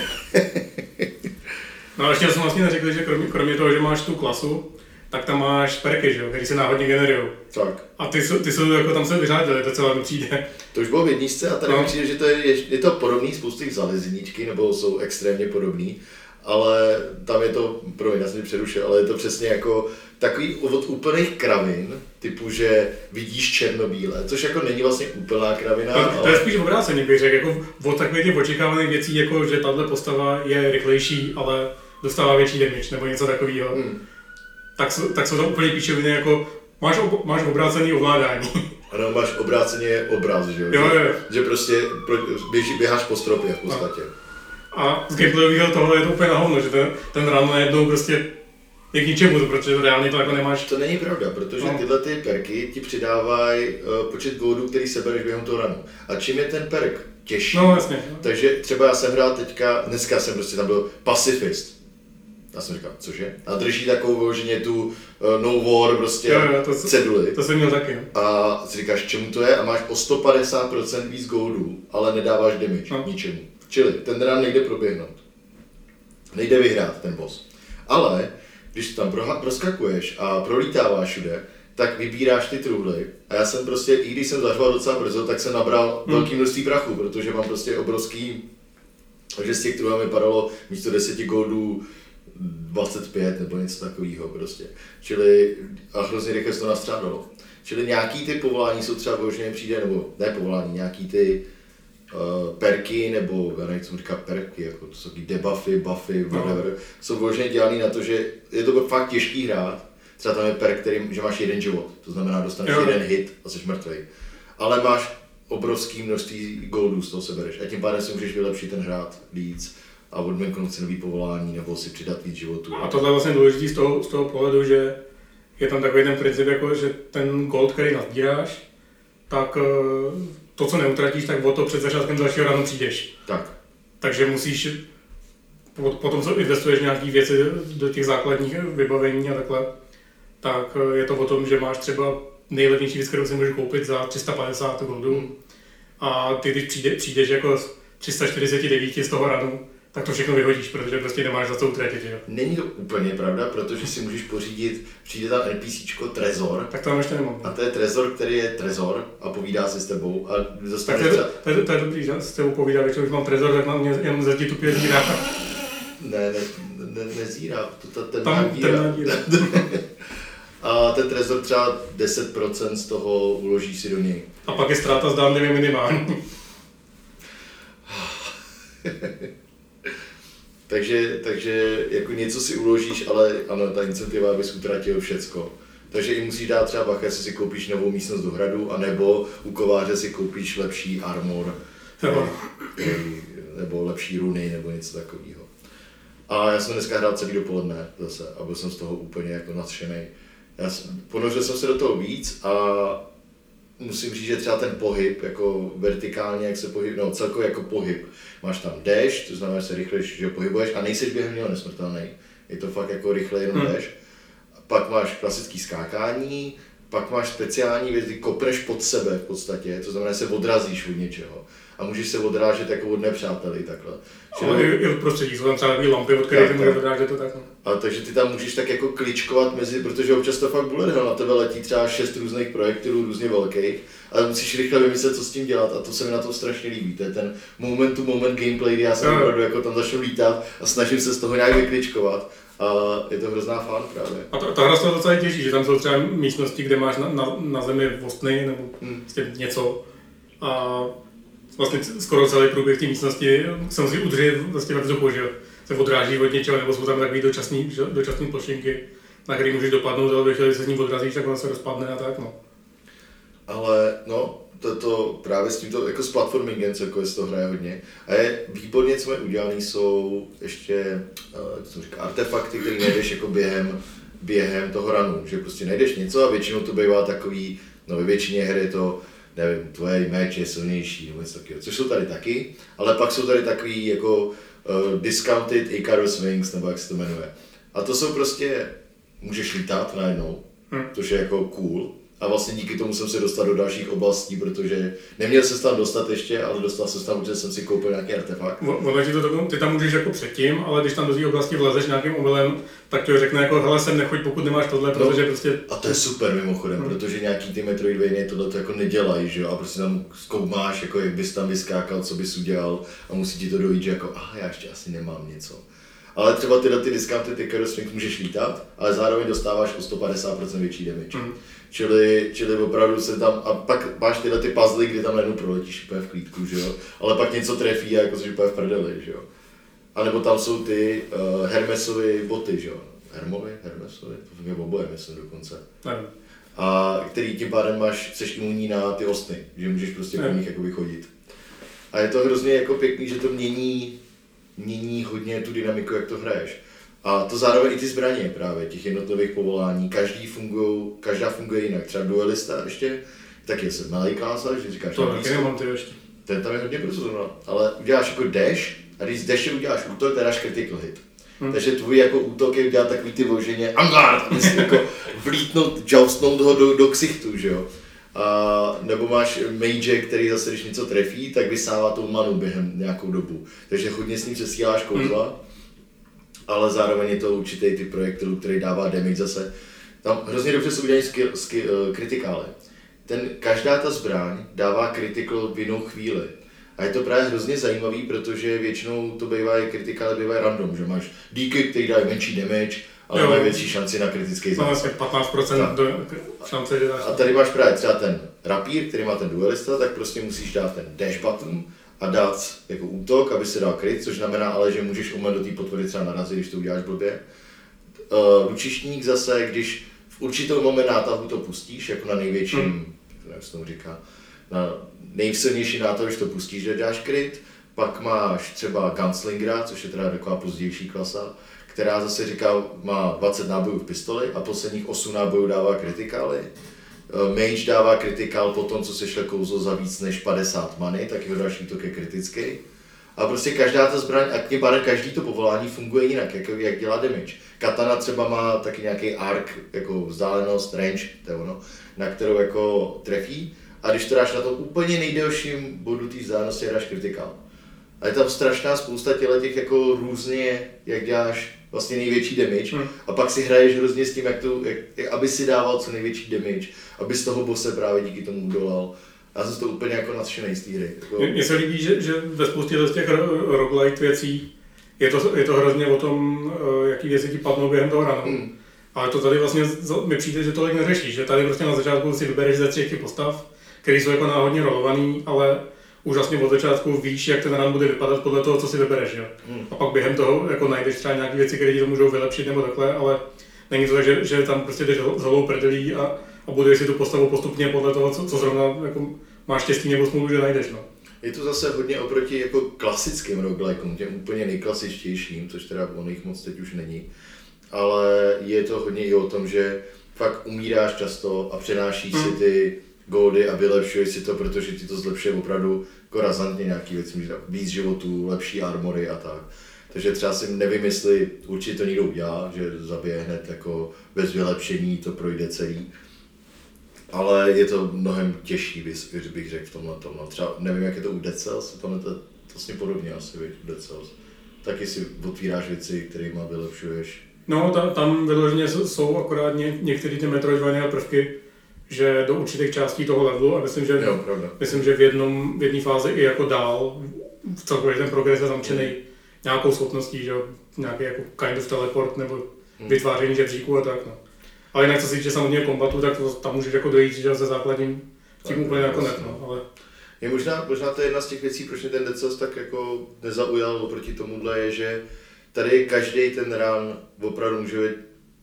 No a ještě jsem vlastně neřekl, že kromě, kromě toho, že máš tu klasu, tak tam máš perky, že jo, který se náhodně generují. Tak. A ty jsou, ty jsou jako tam se vyřádily, to celé mi přijde. To už bylo v jedničce a tady no. mi přijde, že to je, je to podobný, spousty vzali z jedničky, nebo jsou extrémně podobný, ale tam je to, promiň, já jsem ti přerušil, ale je to přesně jako takový od úplných kravin, typu, že vidíš černobíle, což jako není vlastně úplná kravina. To, ale... to je spíš obráceně, bych řekl, jako od takových těch očekávaných věcí, jako že tahle postava je rychlejší, ale dostává větší damage, nebo něco takového. Hmm. Tak, tak jsou to úplně píčoviny, jako máš, ob, máš obrácený ovládání. Ano, máš obráceně obraz, že jo? jo, jo. Že, že prostě běží, běháš po stropě v podstatě. A z gameplayového toho je to úplně na hovno, že ten, ten run najednou prostě je k ničemu, protože reálně to jako nemáš. To není pravda, protože no. tyhle ty perky ti přidávají uh, počet goldů, který sebereš během toho runu. A čím je ten perk těžší, no, jasně, no. Takže třeba já jsem hrál teďka, dneska jsem prostě tam byl pacifist. Já jsem říkal, cože? A drží takovou vyloženě tu uh, no war prostě jo, jo, to, ceduly. To jsem měl taky. No. A si říkáš, čemu to je? A máš o sto padesát procent víc goldů, ale nedáváš damage, no. ničemu. Čili ten run nejde proběhnout. Nejde vyhrát ten boss. Ale když tam proskakuješ a prolítáváš všude, tak vybíráš ty truhly. A já jsem prostě, i když jsem zařval docela brzo, tak jsem nabral hmm. velké množství prachu, protože mám prostě obrovský, takže z těch truhlů mi padalo místo deseti goldů dvacet pět nebo něco takového prostě. Čili, a hrozně rychle se to nastřádalo. Čili nějaký ty povolání jsou třeba vyloženě přijde, nebo ne povolání, nějaký ty uh, perky, nebo já nevím, co mu říká perky, jako to jsou taky debuffy, buffy, whatever, no. jsou vyloženě dělaný na to, že je to fakt těžký hrát. Třeba tam je perk, který, že máš jeden život, to znamená dostaneš jo. jeden hit a jsi mrtvej. Ale máš obrovský množství goldů z toho sebereš a tím pádem si můžeš vylepšit ten hrát víc a odměnknout si nový povolání nebo si přidat víc životů. A tohle je vlastně důležitý z toho, z toho pohledu, že je tam takový ten princip, jako, že ten gold, který nazbíráš, tak to, co neutratíš, tak o to před začátkem dalšího ránu přijdeš. Tak. Takže musíš, potom co investuješ nějaké věci do těch základních vybavení a takhle, tak je to o tom, že máš třeba nejlevnější věc, kterou si můžeš koupit za tři sta padesát goldů. Hmm. A ty, když přijde, přijdeš jako z tři sta čtyřicet devět z toho ranu, tak to všechno vyhodíš, protože prostě nemáš za co utratit, jo? Není to úplně pravda, protože si můžeš pořídit, přijde tam NPCčko Trezor. Tak to tam ještě nemám. A to je Trezor, který je Trezor a povídá si s tebou a dostaneš tak to, je, to, je, to je dobrý, že s tebou povídá, když už mám Trezor, tak na mě jenom zrdí tupě zírá. Ne, ne, ne, nezírá, to, to, ten tam, díra. A ten Trezor třeba deset procent z toho uloží si do něj. A pak je ztráta zdánlivě minimální. takže, takže jako něco si uložíš, ale ano, ta incentiva, abys utratil všecko. Takže i musíš dát třeba bacha, jestli si koupíš novou místnost do hradu, anebo u kováře si koupíš lepší armor, nebo, nebo lepší runy, nebo něco takového. A já jsem dneska hrál celý dopoledne zase a byl jsem z toho úplně jako nadšenej. Já jsem, ponořil jsem se do toho víc a musím říct, že třeba ten pohyb, jako vertikálně, jak se pohyb, no celkově jako pohyb. Máš tam dash, to znamená, že se rychle že pohybuješ a nejseš během něho nesmrtelný. Je to fakt jako rychle jenom hmm. dash. Pak máš klasický skákání, pak máš speciální věc, kdy kopneš pod sebe v podstatě, to znamená, že se odrazíš od něčeho. A můžeš se odrážet jako od nepřátelí takhle. Ale i, i od prostředí, jsou tam třeba takové lampy, od kterých ty můžeš odrážet to tak. No. Ale takže ty tam můžeš tak jako kličkovat mezi, protože občas to fakt bullet hell, na tebe letí třeba šest různých projektilů, různě velkých, ale musíš rychle vymyslet, co s tím dělat a to se mi na tom strašně líbí. To je ten moment to moment gameplay, kdy já jsem no. opravdu jako tam začnu lítat a snažím se z toho nějak vykličkovat. A je to hrozná fun právě. A ta, ta hra se docela těší, že tam jsou třeba místnosti, kde máš na, na, na zemi vostny nebo hmm. vlastně něco a vlastně skoro celý průběh té místnosti se musí udržet vlastně ve vzduchu, že se odráží od něčeho, nebo jsou tam takový dočasný, dočasný plošinky, na který můžeš dopadnout, ale když se s ním odrazíš, tak on se rozpadne a tak no. Ale no, to, to právě s tímto, jako s platformingem celkově se to hraje hodně. A je výborně, co mají udělaný, jsou ještě, uh, co říká, artefakty, které najdeš jako během, během toho runu, že prostě najdeš něco a většinou to bývá takový, no ve většině her je to, nevím, tvoje meč je silnější nebo něco takového, což jsou tady taky, ale pak jsou tady takový jako uh, discounted Icarus Wings, nebo jak se to jmenuje. A to jsou prostě, můžeš lítat najednou, hmm. což je jako cool. A vlastně díky tomu jsem se dostal do dalších oblastí, protože neměl jsem se tam dostat ještě, ale dostal jsem se tam, protože jsem si koupil nějaký artefakt. Ono ti to, ty tam můžeš jako předtím, ale když tam do té oblasti vlezeš nějakým omylem, tak ti řekne jako hele sem nechoď, pokud nemáš tohle, no, protože prostě... A to je super mimochodem, hmm. protože nějaký ty Metroidvania tohle to jako nedělají, že jo, a prostě tam zkoumáš, jako jak bys tam vyskákal, co bys udělal a musí ti to dojít, že jako aha, já ještě asi nemám něco. Ale třeba tyhle ty discounty, ty Icarus Wings můžeš lítat, ale zároveň dostáváš o sto padesát procent větší damage. Hmm. Čili, čili opravdu se tam, a pak máš tyhle ty puzzle, kdy tam najednou proletíš úplně v klídku, že jo, ale pak něco trefí a jako jsi úplně v prdeli, že jo. A nebo tam jsou ty uh, Hermesovy boty, že jo, Hermovy, Hermesovy, to je oboje, myslím dokonce. Nevím. A který tím pádem máš, seš imunní na ty ostny, že můžeš prostě po nich jako vychodit. A je to hrozně jako pěkný, že to mění, mění hodně tu dynamiku, jak to hraješ. A to zároveň i ty zbraně právě, těch jednotlivých povolání, každý fungujou, každá funguje jinak. Třeba duelista ještě, tak je se malý klása, že říkáš to taky nemám ty ještě. Ten tam je hodně brzo, ale uděláš jako dash a když z dashe uděláš útok, tak dáš critical hit. Hmm. Takže tvůj jako útok je udělat takový ty voženě angard, aby si jako vlítnout, joustnout ho do, do ksichtu, že jo. A, nebo máš mage, který zase, když něco trefí, tak vysává tou manu během nějakou dobu. Takže hodně s ním přesíláš kouzla. Hmm. Ale zároveň je to určitý typ projektilů, který dává damage zase. Tam hrozně dobře jsou udělané kritikály. Ten, každá ta zbraň dává critical v jinou chvíli. A je to právě hrozně zajímavý, protože většinou to bývají kritikály, bývají random, že máš díky, který dají menší damage, ale jo, mají větší šanci na kritický zásah. Vlastně patnáct procent do šance, že dáš. A tady máš právě třeba ten rapír, který má ten duelista, tak prostě musíš dát ten dash button a dát jako útok, aby se dal kryt, což znamená ale, že můžeš umět do té potvory třeba narazit, když to uděláš blbě. Uh, lučištník zase, když v určitou moment nátahu to pustíš, jako na největším, hmm. jak se tomu říká, na nejsilnější nátahu, když to pustíš, že dáš kryt, pak máš třeba Gunslingera, což je teda taková pozdější klasa, která zase říká, má dvacet nábojů v pistoli a posledních osm nábojů dává kritikály. Mage dává kritikál po tom, co se šle kouzlo za víc než padesát many, tak jeho další útok je kritický. A prostě každá ta zbraň, a tím pádem každý to povolání funguje jinak, jak, jak dělá damage. Katana třeba má taky nějaký arc, jako vzdálenost, range, to je ono, na kterou jako trefí. A když to dáš na tom úplně nejdelším bodu té vzdálenosti, dáš kritikál. A je tam strašná spousta těch jako různě, jak děláš vlastně největší damage hmm. a pak si hraješ hrozně s tím, jak to, jak, jak, aby si dával co největší damage, aby z toho bose právě díky tomu udolal. Já jsem to úplně jako nadšenej z té hry. Jako... Mně se líbí, že, že ve spoustě z těch roguelite věcí je to, je to hrozně o tom, jaký věci ti padnou během toho runu. Hmm. Ale to tady vlastně mi přijde, že tolik neřešíš, že tady prostě na začátku si vybereš ze třech postav, které jsou jako náhodně rolovaný, ale už vlastně od začátku víš, jak ten run bude vypadat podle toho, co si vybereš, jo. Hmm. A pak během toho jako najdeš třeba nějaké věci, které ti to můžou vylepšit nebo takhle, ale není to tak, že, že tam prostě jdeš s holou prdelí a, a buduješ si tu postavu postupně podle toho, co, co zrovna jako máš štěstí nebo smůlu, že najdeš, no. Je to zase hodně oproti jako klasickým roguelikeům, těm úplně nejklasičtějším, což teda o nich moc teď už není, ale je to hodně i o tom, že fakt umíráš často a přenášíš hmm. si ty goldy a vylepšuješ si to, protože ti to zlepšuje opravdu jako razantně nějaký věci, víc životů, lepší armory a tak. Takže třeba si nevím, jestli určitě to někdo udělá, že zabije hned jako bez vylepšení, to projde celý. Ale je to mnohem těžší, bych řekl v tomhle tom. No, třeba nevím, jak je to u Dead Cells, to je vlastně podobně asi, víš, u Dead Cells. Taky si otvíráš věci, kterými vylepšuješ. No, tam, tam vyloženě jsou akorát ně, některé ty Metroidvania prvky, že do určitých částí toho levelu a myslím, že, jo, myslím, že v jednom v jedné fázi i jako dál, v celkově ten progres je zamčený hmm. nějakou schopností, že nějaký jako kind of teleport nebo hmm. vytváření žebříků a tak. No. Ale jinak co se týče samozřejmě kombatu, tak to, tam můžeš jako dojít že se základním tím úplně nakonec. No, ale... Je možná, možná to je jedna z těch věcí, proč mě ten Dead Cells tak jako nezaujal oproti tomuhle, je, že tady každý ten run opravdu může být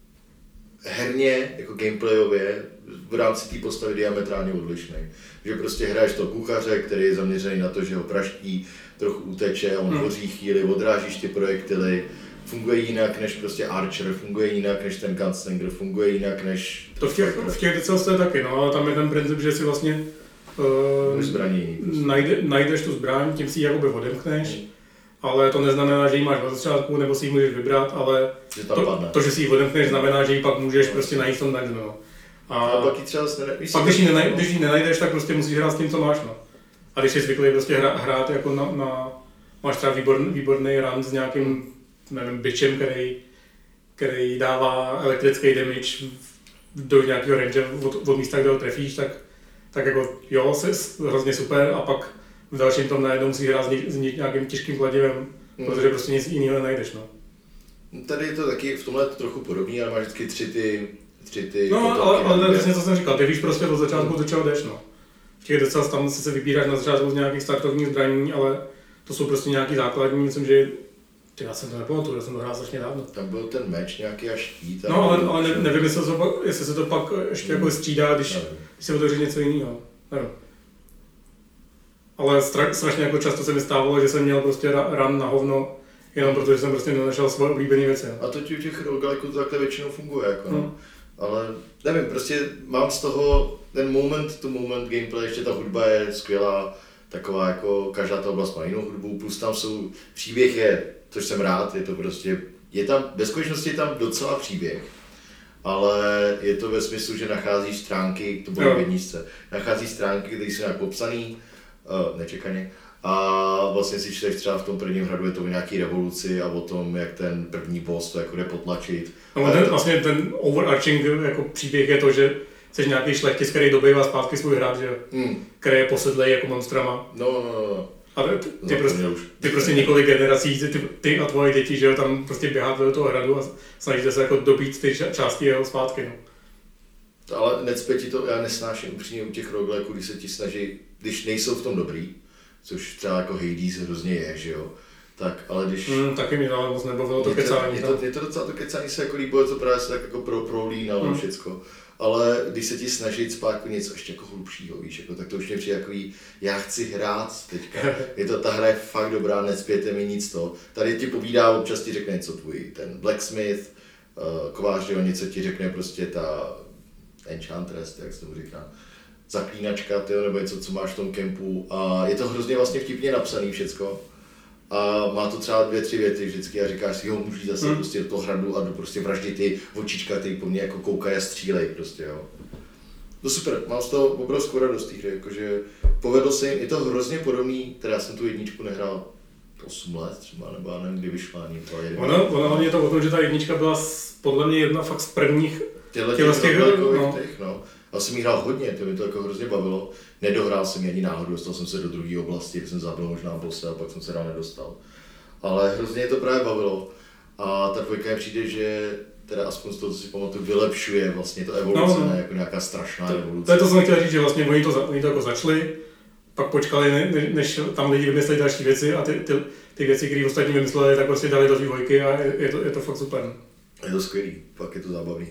herně, jako gameplayově, v rámci té postavy diametrálně odlišný. Že prostě hraješ toho kuchaře, který je zaměřený na to, že ho praští, trochu uteče, on hoří chvíli, odrážíš ty projektily, funguje jinak než prostě Archer, funguje jinak než ten Gunslinger, funguje jinak než... To v těch, v těch Dead Cells to je taky, no, ale tam je ten princip, že si vlastně uh, zbraní, prostě. najde, najdeš tu zbraň, tím si ji jakoby odemkneš, hmm. ale to neznamená, že ji máš na začátku, nebo si ji můžeš vybrat, ale že to, to, že si ji odemkneš, znamená, že ji pak můžeš no. prostě najít v tom dungeonu. No. A, a pak, třeba ne, pak když, ji nenaj, když ji nenajdeš, tak prostě musíš hrát s tím, co máš. No. A když jsi zvyklý prostě hra, hrát jako na, na máš třeba výborný, výborný run s nějakým, nevím, bičem, který, který dává elektrický damage do nějakého range od, od místa, kde ho trefíš, tak, tak jako jo, jsi hrozně super a pak v dalším tom najednou musíš hrát s nějakým těžkým kladivem, mm. protože prostě nic jiného nenajdeš. No. Tady je to taky v tomhle trochu podobný, ale máš vždycky tři ty, tři ty No, potoky, ale, ale to je přesně, co jsem říkal, ty víš prostě od začátku, do čeho jdeš. No. V těch docela tam se vybíráš na začátku z nějakých startovních zbraní, ale to jsou prostě nějaký základní, myslím, že ty, já jsem to nepamatuju, já jsem to hrál strašně dávno. Tam byl ten meč nějaký a štít. No, ale, ale ne, nevím, jestli se, to pak, jestli se to pak ještě jako střídá, když, když se otevře něco jiného. Nevím. Ale stra, strašně jako často se mi stávalo, že jsem měl prostě run na hovno, jenom protože jsem prostě nenašel svoje oblíbené věci. A to ti u těch roguelikeů to takhle většinou funguje, jako no. Hmm. Ale nevím, prostě mám z toho ten moment to moment gameplay, ještě ta hudba je skvělá, taková jako každá ta oblast má jinou hudbu, plus tam jsou, příběh je, což jsem rád, je to prostě, je tam, ve skutečnosti je tam docela příběh, ale je to ve smyslu, že nacházíš stránky, to bylo v jedničce, nacházíš stránky, které jsou nějak popsaný, uh, nečekaně, a vlastně si čteš třeba v tom prvním hradu je to o nějaký revoluci a o tom, jak ten první boss to jako jde potlačit. No, ten, to... vlastně ten overarching jako příběh je to, že jsi nějaký šlechtic, který dobývá zpátky svůj hrad, že mm. který je posedlej jako monstrama. No, no, no. A ty, ty, no, prostě, ty prostě několik generací, ty, ty a tvoje děti, že jo, tam prostě běháte do toho hradu a snažíte se jako dobít ty části jeho zpátky, no. Ale necpe ti to, já nesnáším upřímně u těch roguelikeů, když se ti snaží, když nejsou v tom dobrý, což třeba jako Hades hrozně je, že jo, tak ale když... Mm, taky mi ale moc nebavilo to kecání. Je to, je to docela to kecání se jako líbilo, co právě se tak jako pro, prolínalo mm. všecko. Ale když se ti snaží spát něco ještě jako hlubšího, víš, jako, tak to už mě přijde takový, já chci hrát teďka. Je to, ta hra je fakt dobrá, necpějte mi nic to. Tady ti povídá, občas ti řekne něco tvůj, ten blacksmith, uh, kovář, jo, něco ti řekne prostě ta enchantress, jak se tomu říká, zaklínačka, tyjo, nebo něco, co máš v tom kempu. A je to hrozně vlastně vtipně napsaný všecko. A má to třeba dvě, tři věty vždycky a říkáš si, jo, můžu jít zase hmm. prostě do toho hradu a do prostě vraždit ty očička, který po mně jako koukají a střílej prostě, jo. To super, mám z toho obrovskou radost té hry, jakože povedlo se jim, je to hrozně podobný, teda já jsem tu jedničku nehrál osm let třeba, nebo já nevím, kdy vyšla ani to jedna. Ono, ono hlavně je to o tom, že ta jednička byla z, podle mě jedna fakt z prvních těchto těch no. těch, no. Já jsem jí hrál hodně, to mi to jako hrozně bavilo. Nedohrál jsem ji ani náhodou, dostal jsem se do druhé oblasti, kde jsem zabil možná bosse a pak jsem se dál nedostal. Ale hrozně to právě bavilo. A ta dvojka mi přijde, že teda aspoň z toho, co si pamatuju, vylepšuje vlastně to evoluce, no, no. jako nějaká strašná to, evoluce. To je to, co jsem chtěl říct, že vlastně oni to, oni to jako začali, pak počkali, ne, než tam lidi vymysleli další věci a ty, ty, ty věci, které ostatní vymysleli, tak prostě dali do vývojky a je, je, to, je to fakt super. Je to skvělý, fakt je to zábavný.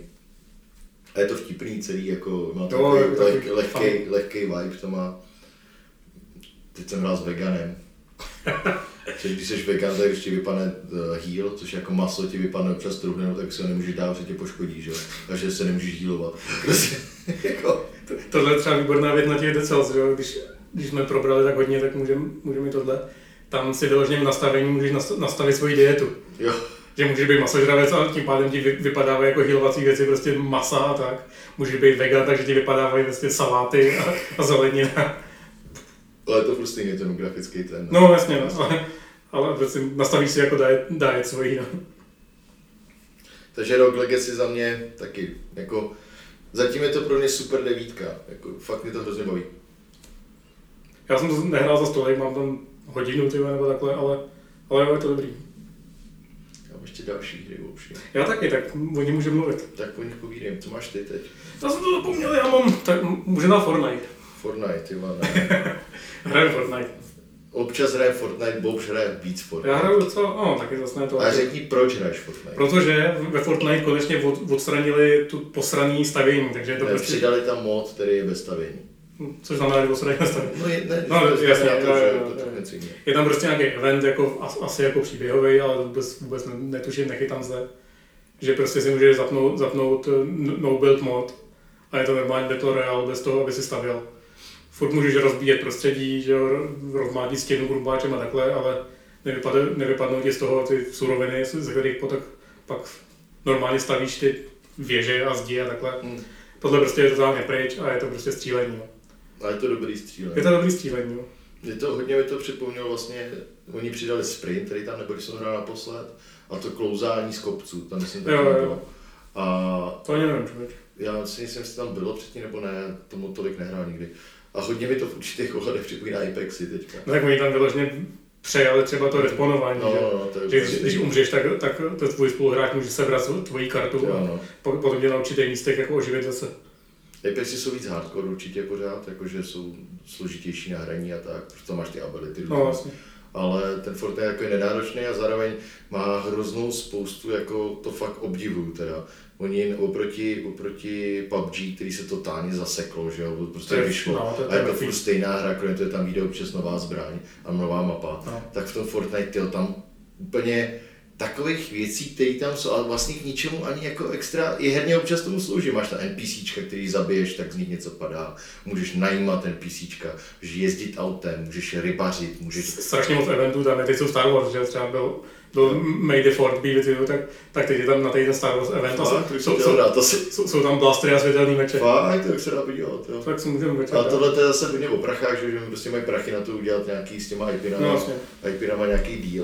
A je to vtipný celý, jako má takový leh, lehký, lehký vibe to má. Teď jsem hrál s veganem. Že když jsi vegan, tak když ti vypadne heal, což jako maso ti vypadne občas truhne, tak si ho nemůžeš dát, že tě poškodí, že jo? Takže se nemůžeš healovat. jako... Tohle je třeba výborná věc na těch Dead Cells, že jo? Když, když jsme probrali tak hodně, tak můžeme můžem i tohle. Tam si vyloženě v nastavení můžeš nastavit svoji dietu. Jo. Že můžeš být masožravec a tím pádem ti vypadávají jako healovací věci, prostě masa a tak. Můžeš být vegan, takže ti vypadávají prostě saláty a, a zelenina. Ale je to furt stejný ten grafický ten. No, no jasně, no. ale, ale prostě nastavíš si jako diet, diet svojí. No. Takže Rogue Legacy za mě taky, jako zatím je to pro mě super devítka, jako fakt mě to hrozně baví. Já jsem to nehrál za stolik, mám tam hodinu tyhle, nebo takhle, ale, ale jo, je to dobrý. Já mám ještě další hry určitě. Já taky, tak o ní můžu mluvit. Tak po nich povídám, co máš ty teď? Já jsem to zapomněl, já mám, tak může na Fortnite. Fortnite, ty ne. Hraju Fortnite. Občas hraje Fortnite, Bobš hraje víc Fortnite. Já hraju docela, no, taky zase ne to. A řekni, proč hraješ Fortnite? Protože ve Fortnite konečně od, odstranili tu posraný stavění, takže to ne, prostě... Přidali tam mod, který je bez stavění. Což znamená, že odstraní stavění. No, je, ne, no to jasně, to, jo, že jo, to jo. to Je tam prostě nějaký event, jako, asi jako příběhový, ale vůbec, vůbec netuším, nechytám se. Že prostě si můžeš zapnout, zapnout no build mod a je to normální Battle Royale bez toho, aby si stavěl. Furt můžeš rozbíjet prostředí, že jo, rozmátit stěnu grubáčem a takhle, ale nevypadnou, nevypadnou ti z toho ty suroviny, ze kterých potom pak normálně stavíš ty věže a zdi a takhle. Hmm. Tohle prostě je totálně pryč a je to prostě střílení. No. A je to dobrý střílení. Je to dobrý střílení. No. Je to, hodně mi to připomnělo vlastně, oni přidali sprint, který tam nebyl, když jsem hrál naposled, a to klouzání z kopců, tam myslím taky nebylo. A to ani nevím, člověk. Já si myslím, jestli tam bylo předtím nebo ne, tomu tolik nehrál nikdy. A hodně mi to v určitých ohledech připomíná Apexy teďka. No tak oni tam vyloženě přejali třeba to respawnování, no, že? No, to že když, když umřeš, tak, tak to tvůj spoluhráč může sebrat tvoji kartu jo, no. a potom tě na určitých místech jako oživit zase. Apexy jsou víc hardcore určitě pořád, jakože jsou složitější na hraní a tak, protože tam máš ty ability. No, vlastně. Ale ten Fortnite jako je nenáročný a zároveň má hroznou spoustu, jako to fakt obdivuju teda. Oni oproti, oproti P U B G, který se totálně zaseklo, že jo, prostě to je, vyšlo no, to a je to furt stejná hra, kromě toho je tam vyjde občas nová zbraň a nová mapa, no. Tak v tom Fortnite tyjo, tam úplně takových věcí, které tam jsou, ale vlastně k ničemu ani jako extra, je herně občas tomu slouží. Máš tam NPCčka, který zabiješ, tak z nich něco padá. Můžeš najímat NPCčka, můžeš jezdit autem, můžeš rybařit, můžeš... Strašně moc eventů tam je, teď jsou Star Wars, že třeba byl, byl no. May the Fourth be with you, tak, tak teď je tam na ten Star Wars event a Fakt, jsou, jsou, jsou, jsou, jsou tam blastery a světelný meče. Fakt, to se dá podívat, jo. Tak si můžeme večer. A tohle to je zase hodně o prachách, že prostě mají prachy na to udělat nějaký s těma IPinama, no, IPinama nějaký deal.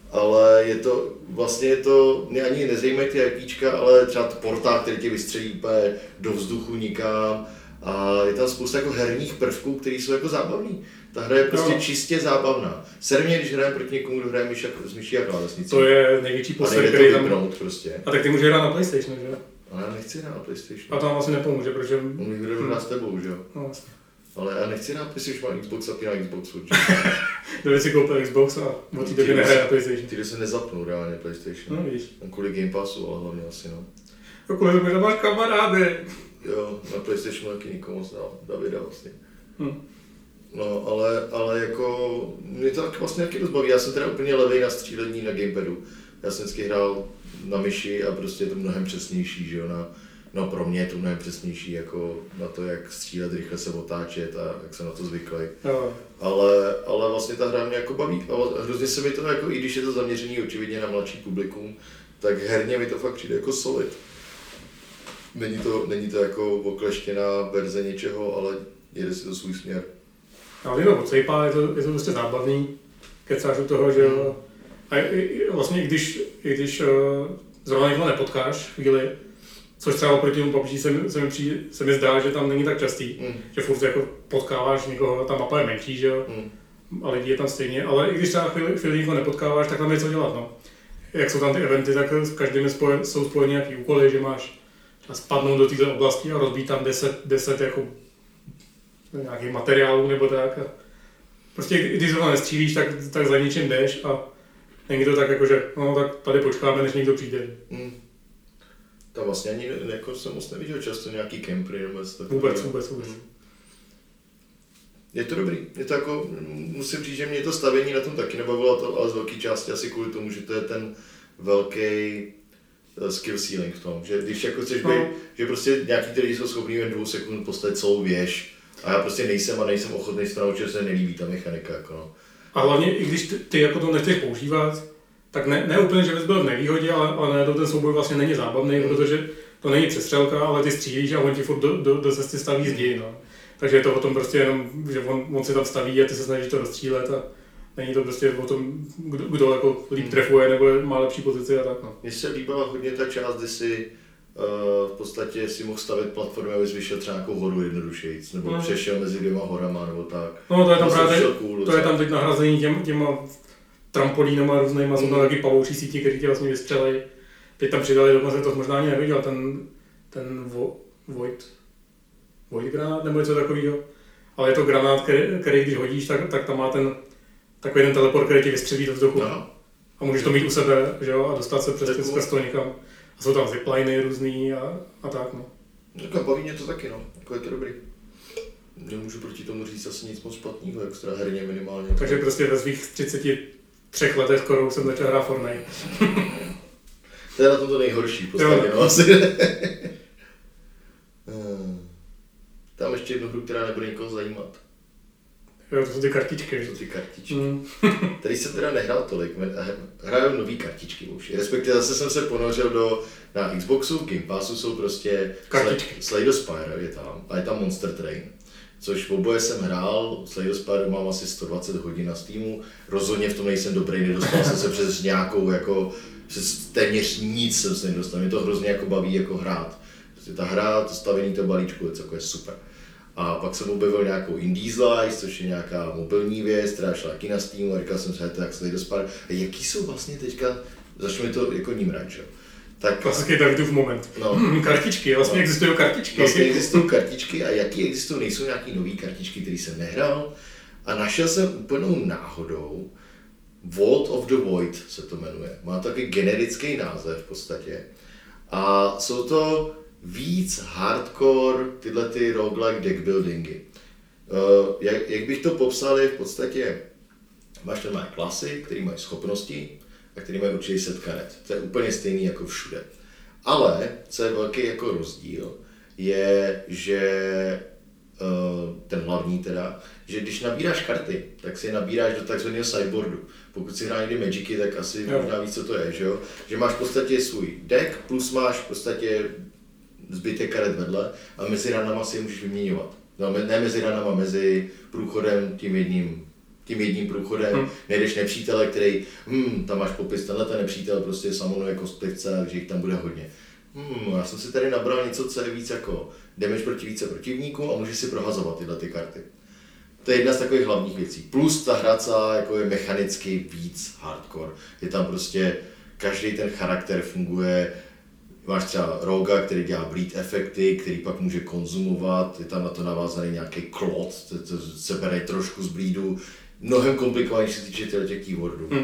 Ale je to, vlastně je to, mě ani nezajímají ty IPčka, ale třeba portál, který tě vystřelí úplně do vzduchu nikam a je tam spousta jako herních prvků, které jsou jako zábavný. Ta hra je prostě no. čistě zábavná. Sermě, když hrajeme proti někomu, kdo hraje myši s myší a klávesnicí. To je největší poslední, který tam... prostě. A tak ty můžeš hrát na PlayStation, že? Ale já nechci hrát na PlayStation. A to vám asi nepomůže, protože... On mi bude hrát s tebou, že jo? No vlastně. Ale já nechci hrát PlayStation, mám Xbox a na Xbox určitě. Kdyby si koupil Xbox a od té doby nehraje na PlayStation. Ty se nezapnou reálně PlayStation. No vidíš. Kvůli Game Passu, ale hlavně asi no. No kvůli tomu, že máš kamarády. Jo, na PlayStationu taky nikomu moc dal, Davida vlastně. Hm. No, ale, ale jako, mě to tak vlastně taky dost baví. Já jsem teda úplně levej na střílení na gamepadu. Já jsem vždycky hrál na myši a prostě je to mnohem přesnější, že jo, na, no pro mě je to mnohem přesnější jako na to, jak střílet, rychle se otáčet a jak jsem na to zvyklý. Jo. Ale, ale vlastně ta hra mě jako baví a hrozně se mi to jako, i když je to zaměřený očividně na mladší publikum, tak herně mi to fakt přijde jako solid. Není to, není to jako okleštěná verze něčeho, ale jede si to svůj směr. Ale to odsejpá, je to, je to prostě zábavný, kecáš u toho, že jo. A vlastně i když, i když uh, zrovna někoho nepotkáš chvíli, což třeba oproti tomu P U B G se, se, mi přijde, se mi zdá, že tam není tak častý, mm. že furt jako potkáváš někoho, ta mapa je menší, že jo, mm. a lidi je tam stejně, ale i když třeba chvíli, chvíli někoho nepotkáváš, tak tam je co dělat, no. Jak jsou tam ty eventy, tak v každém spojen, jsou spojeny nějaký úkoly, že máš spadnout do této oblasti a rozbít tam deset, deset jako nějakých materiálů nebo tak. A prostě když zrovna nestřílíš, tak, tak za ničím jdeš a není to tak jako, že no tak tady počkáme, než někdo přijde. Hmm. Tam vlastně ani jako jsem moc neviděl často nějaký kempry nebo něco takového. Vůbec, vůbec, vůbec. Hmm. Je to dobrý, je to jako, musím říct, že mě to stavění na tom taky nebavilo, to, ale z velké části asi kvůli tomu, že to je ten velký skill ceiling v tom, že když jako chceš být, no. že prostě nějaký ty lidi jsou schopný jen dvou sekund postavit celou věž a já prostě nejsem a nejsem ochotný se naučit, že se nelíbí ta mechanika, jako no. A hlavně, i když ty, ty jako to nechceš používat, tak ne, ne úplně, že bys byl v nevýhodě, ale, ale ne, to ten souboj vlastně není zábavný, mm. protože to není přestřelka, ale ty střílíš a on ti furt do, do, do cesty staví zdi, no. Takže je to o tom prostě jenom, že on, on si tam staví a ty se snažíš to rozstřílet a není to prostě o tom, kdo, kdo jako líp trefuje nebo má lepší pozici a tak, no. Mně se líbila hodně ta část, kdy si uh, v podstatě si mohl stavit platformy, abys vyšel třeba nějakou horu jednodušejíc, nebo no. přešel mezi dvěma horama, nebo tak. No to je tam právě, cool, to je tam teď nahrazení těm, těma trampolínama různýma, jsou tam taky pavoučí síti, které tě vlastně vystřelej. Teď tam přidali, dokonce to možná ani neviděl, ten, ten vo, Void, Void granát nebo něco takového. Ale je to granát, který, který když hodíš, tak, tak tam má ten takový ten teleport, který ti vystřelí do vzduchu. No. A můžeš to mít u sebe, že jo, a dostat se přes skrz to někam. A jsou tam zipliny různý a, a tak, no. Tak baví mě to taky, no. Jako je to dobrý. Nemůžu proti tomu říct asi nic moc špatného, extra herně minimálně. Takže prostě ve svých třiceti třech letech skoro jsem začal hrát Fortnite. To je na tom to nejhorší, v podstatě, no asi. Tam ještě jednu hru, která nebude nikoho zajímat. Jo, to jsou ty kartičky. To jsou ty kartičky. Mm. Tady jsem teda nehrál tolik, hraju nový kartičky už. Respektive zase jsem se ponořil do, na Xboxu, v Game Passu jsou prostě Slay the Spire je tam a je tam Monster Train. Což v oboje jsem hrál, Slay the Spire mám asi sto dvacet hodin na Steamu, rozhodně v tom nejsem dobrý, nedostal jsem se přes nějakou jako, přes téměř nic jsem se nedostal, mě to hrozně jako baví jako hrát. Prostě ta hra, to stavění toho balíčku je jako je super. A pak jsem objevil nějakou Indie Slice, což je nějaká mobilní věc, která šla taky na Steamu a říkal jsem si, to jak Slay the Spire. A jaký jsou vlastně teďka, začnu mi to jako ním rád, tak klasický Davidův moment. No. Hmm, kartičky, vlastně no. existují kartičky. Vlastně existují kartičky a jaký existují, nejsou nějaký nový kartičky, které jsem nehrál. A našel jsem úplnou náhodou Vault of the Void se to jmenuje. Má taky generický název v podstatě. A jsou to víc hardcore tyhle ty roguelike deck buildingy. Uh, jak, jak bych to popsal, je v podstatě, máš tam klasy, které mají schopnosti a které mají určitý set karet. To je úplně stejný jako všude. Ale, co je velký jako rozdíl, je, že uh, ten hlavní teda, že když nabíráš karty, tak si je nabíráš do takzvaného sideboardu. Pokud si hrál někdy Magicy, tak asi jo. možná víc, co to je, že jo? Že máš v podstatě svůj deck, plus máš v podstatě zbytek karet vedle a mezi ranama si je můžeš vyměňovat. No, ne mezi ranama, mezi průchodem tím jedním, tím jedním průchodem, hmm. nejdeš nepřítele, který, hm, tam máš popis, tenhle ten nepřítel prostě samonuje kostlivce, takže jich tam bude hodně. Hmm, já jsem si tady nabral něco, co je víc jako damage proti více protivníků a můžeš si prohazovat tyhle ty karty. To je jedna z takových hlavních věcí. Plus ta hra celá jako je mechanicky víc hardcore. Je tam prostě, každý ten charakter funguje. Máš třeba Roga, který dělá bleed efekty, který pak může konzumovat, je tam na to navázaný nějaký klot, to, to se bere trošku z bleedu, mnohem komplikovanější se týče těch keywordů. Hmm.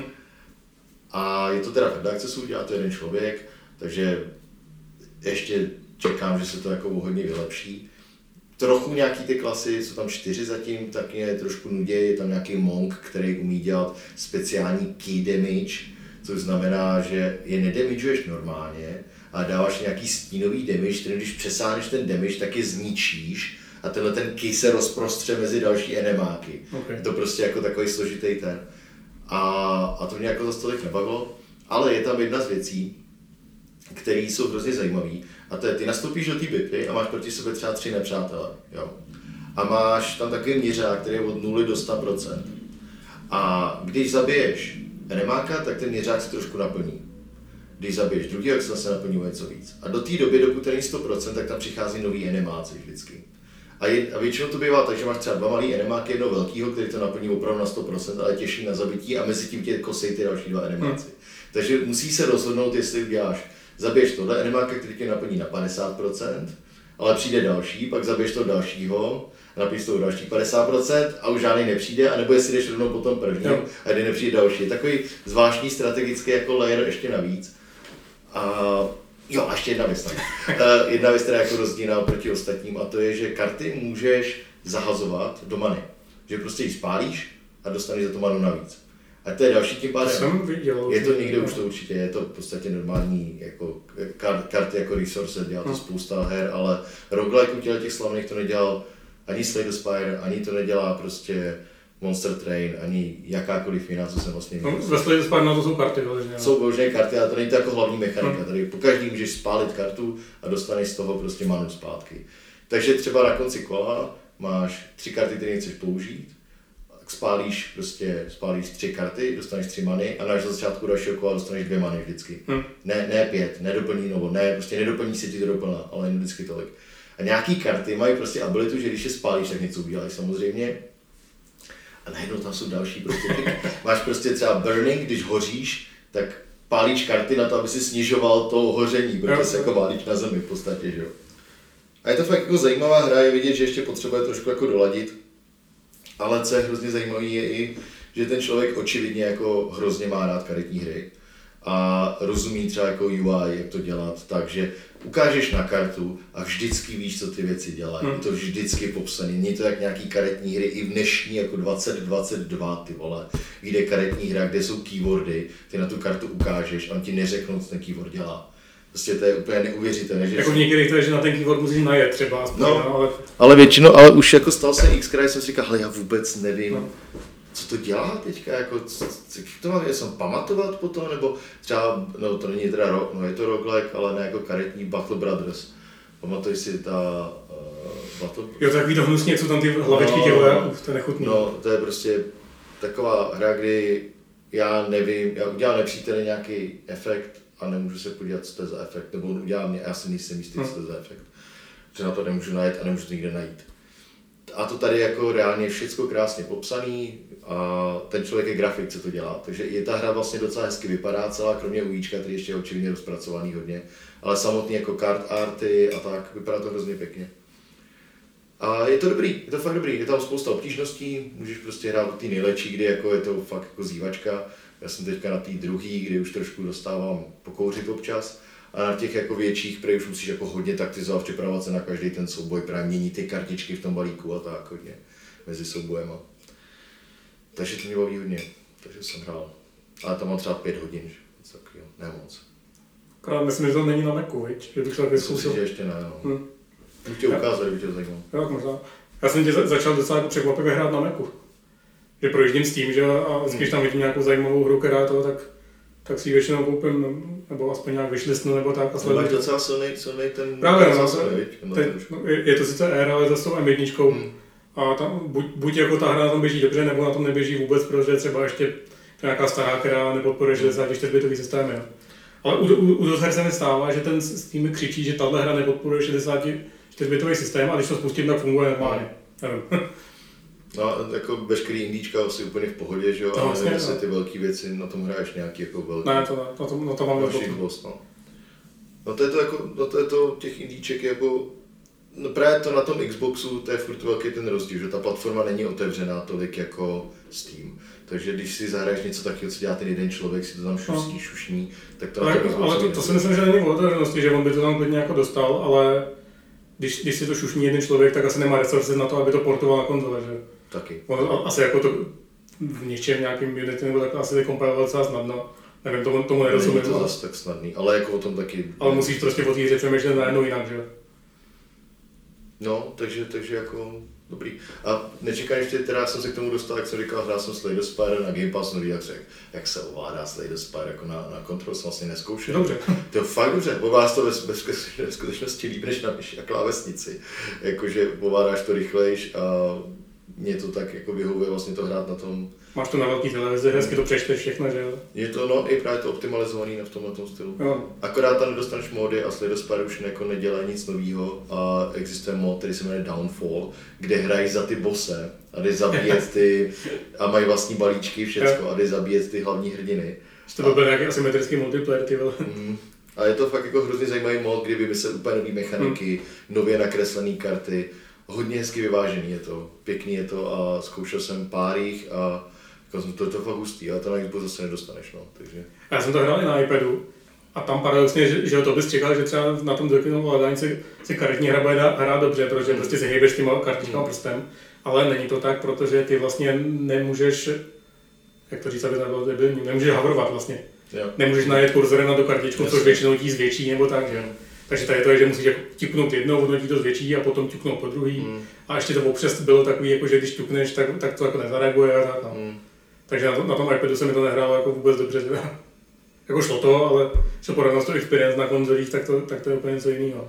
A je to teda v accessu, dělá to jeden člověk, takže ještě čekám, že se to jako hodně vylepší. Trochu nějaký ty klasy, jsou tam čtyři zatím, tak mě trošku nudějí, je tam nějaký monk, který umí dělat speciální key damage, což znamená, že je nedamageuješ normálně, a dáváš nějaký stínový damage, který když přesáhneš ten damage, tak je zničíš a tenhle ten key se rozprostře mezi další enemáky. Okay. Je to prostě jako takový složitý ten. A, a to mě jako zase tolik nebavilo, ale je tam jedna z věcí, které jsou hrozně zajímavé. A to je, ty nastoupíš do té bitvy a máš proti sobě třeba tři nepřátele. Jo? A máš tam takový měřák, který je od nuly do sta procent. A když zabiješ enemáka, tak ten měřák se trošku naplní. Když zabiješ druhý, tak se zase naplní něco víc. A do té doby, dokud není sto procent, tak tam přichází nový enemáci vždycky. A, je, a většinou to bývá tak, že máš třeba dva malý enemáky, jedno velkýho, který to naplní opravdu na sto procent, ale těžší na zabití a mezi tím tě kosej ty další dva enemáci. Hmm. Takže musí se rozhodnout, jestli uděláš, zabiješ tohle enemáka, který tě naplní na padesát procent, ale přijde další, pak zabiješ toho dalšího, naplníš toho další padesát procent a už žádný nepřijde, anebo jestli jdeš rovnou po tom prvním no. a jde nepřijde další. Je takový zvláštní strategický jako layer ještě navíc. A jo, a ještě jedna věc tam. uh, jedna věc, která je jako rozdílná proti ostatním, a to je, že karty můžeš zahazovat do many. že prostě ji spálíš a dostaneš za to manu navíc. A to je další tím pádem. Jsem viděl. Je to někde už to určitě, je to v podstatě normální jako karty jako resource, dělá to hmm. spousta her, ale roguelike u těch slavných to nedělal ani Slay the Spire, ani to nedělá prostě Monster Train, ani jakákoliv jiná, co jsem vlastně viděl. No, ve Slay the Spire na to jsou karty, vyloženě. Jsou vyložené karty, ale to není to jako hlavní mechanika, tady po každý můžeš spálit kartu a dostaneš z toho prostě manu zpátky. Takže třeba na konci kola máš tři karty, které chceš použít, tak spálíš prostě, spálíš tři karty, dostaneš tři many a na začátku dalšího kola dostaneš dvě many vždycky. Hmm. Ne, ne pět, nedoplní, nebo ne, prostě nedoplní si ti to doplná, ale jen vždycky tolik. A nějaký karty mají prostě abilitu, že když je spálíš, tak něco uděláš samozřejmě. A najednou tam jsou další prostě. Máš prostě třeba burning, když hoříš, tak pálíš karty na to, aby si snižoval to hoření, protože se jako válíš na zemi v podstatě, že jo. A je to fakt jako zajímavá hra, je vidět, že ještě potřebuje trošku jako doladit. Ale co je hrozně zajímavý je i, že ten člověk očividně jako hrozně má rád karetní hry a rozumí třeba jako U I, jak to dělat, takže ukážeš na kartu a vždycky víš, co ty věci dělají. Hmm. Je to vždycky popsané. Není to jak nějaký karetní hry i v dnešní jako dvacet dvacet dva, ty vole, kde je karetní hra, kde jsou keywordy, ty na tu kartu ukážeš a on ti neřeknou, co ten keyword dělá. Prostě to je úplně neuvěřitelné. Že jako v některých to je, že na ten keyword musíš najet třeba. Aspoň, no, ale... ale většinou, ale už jako stal se xkrát, jsem si říkal, hele, já vůbec nevím, no. co to dělá teďka, jako, co, co to mám, jsem pamatovat potom, nebo třeba, no to není teda rok, no je to roguelike, ale ne jako karetní Battle Brothers. Pamatuj si ta uh, Battle... Jo, to takový to hnusně, co tam ty hlavičky no, těhle, to je nechutný. No, to je prostě taková hra, kdy já nevím, já udělám nepříteli nějaký efekt, a nemůžu se podívat, co to je za efekt, nebo on udělá mě a já si nejsem jistý, co to je za efekt. Že na to nemůžu najít a nemůžu to nikde najít. A to tady jako reálně všecko krásně popsaný a ten člověk je grafik, co to dělá. Takže i ta hra vlastně docela hezky vypadá celá, kromě ujíčka, který ještě je očividně rozpracovaný hodně. Ale samotný jako card arty a tak, vypadá to hrozně pěkně. A je to dobrý, je to fakt dobrý, je tam spousta obtížností, můžeš prostě hrát ty nejlepší, kdy jako je to fakt jako zývačka. Já jsem teďka na té druhý, kdy už trošku dostávám pokouřit občas a na těch jako větších, protože už musíš jako hodně taktizovat, připravovat se na každý ten souboj, právě měnit ty kartičky v tom balíku a tak hodně mezi soubojema. Takže to mě baví hodně, takže jsem hrál. Ale tam mám třeba pět hodin, že? Tak jo, ne moc. Krát myslím, že to není na Macu, viď? Že bych to vyzkoušel. Myslím, že ještě ne, no. Hmm. Můžu tě ukázat, kdyby tě zajímalo. Jo, možná. Já jsem tě začal docela jako překvapivě hrát na Macu. Že projíždím s tím, že a když tam vidím nějakou zajímavou hru, která to, tak, tak si ji většinou koupím, nebo aspoň nějak vyšlistnu, nebo tak a sleduji. Máš docela silný, silný ten... Právě, no, ten, ten, no, je, je to sice R, ale za tou M jedna. Hmm. A tam, buď, buď jako ta hra na tom běží dobře, nebo na tom neběží vůbec, protože třeba ještě nějaká stará, která nepodporuje šedesát čtyři bitový systémy. Jo. Ale u, u, u dost her se mi stává, že ten s tím křičí, že tahle hra nepodporuje šedesát čtyři bitový systém a když to spustím, tak funguje normálně. No, jako veškerý indíčka asi úplně v pohodě, že jo, no, ale nevím, jestli no. ty velké věci na tom hraješ nějaký jako velký... Ne, to ne, no to, no to mám dost, no. No to je to jako, no to je to těch indíček jako, no právě to na tom Xboxu, to je furt velký ten rozdíl, že ta platforma není otevřená tolik jako Steam. Takže když si zahraješ něco takového, co dělá ten jeden člověk, si to tam šustí, no. šušní, tak to ale, na tom ale to, to si myslím, že není o otevřenosti, že on by to tam klidně jako dostal, ale když, když si to šušní jeden člověk, tak asi nemá resurse na to, aby to portoval na konzole, že? Taky. On asi jako to v něčem nějakým Unity nebo takhle asi vykompilovat docela snadno. Nevím, tomu, tomu nerozumím. Není to zase tak snadný, ale jako o tom taky... Ale musíš prostě o té hře přemýšlet najednou jinak, že? No, takže, takže jako dobrý. A nečekám ještě, teda jsem se k tomu dostal, jak jsem říkal, hrál jsem Slay the Spire na Game Pass nový, jak řekl, jak se ovládá Slay the Spire, jako na, na Control jsem vlastně neskoušel. Dobře. To je fakt dobře, ovládáš to ve, ve skutečnosti líp než na myši a klávesnici. Jakože ovládáš to rychlejš a mě to tak jako vyhovuje vlastně to hrát na tom. Máš to na velký televizi, hezky to přečteš všechno, že jo? Je to no, i právě to optimalizovaný v tomhle tom stylu. Jo. Akorát tam nedostaneš módy a Slay the Spire už jako nedělá nic nového a existuje mod, který se jmenuje Downfall, kde hrají za ty bose a jdeš zabíjet ty a mají vlastní balíčky, všecko a jdeš zabíjet ty hlavní hrdiny. To by byl nějaký asymetrický multiplayer, ty vole. Mm. A je to fakt jako hrozně zajímavý mod, kdy vymyslel úplně nový mechaniky, hmm. nově nakreslené karty. Hodně hezky vyvážený je to, pěkný je to a zkoušel jsem pár jich a jako to je to fakt hustý, ale to na Xbox zase nedostaneš, no, takže. Já jsem to hrál i na iPadu a tam paradoxně, že, že to bys čekal, že třeba na tom dokynou ovládání si, si karetní hra bude hrát dobře, protože hmm. prostě si hejbeš těma kartičkama hmm. prstem ale není to tak, protože ty vlastně nemůžeš, jak to říct, aby nebylo debilní, nemůžeš hoverovat vlastně. Jo. Nemůžeš najet kurzorem na tu kartičku, Jasně. což většinou tí zvětší nebo tak, že? Takže tady to je, že musíš jako ťuknout jednou, ono ti to zvětší a potom ťuknout po druhý. Mm. A ještě to občas bylo takový, jako, že když ťukneš, tak, tak to jako nezareaguje a tak. No. Mm. Takže na, to, na tom iPadu se mi to nehrálo jako vůbec dobře. Teda. Jako šlo to, ale šlo porovnat to experience na konzolích, tak to, tak to je úplně něco jiného.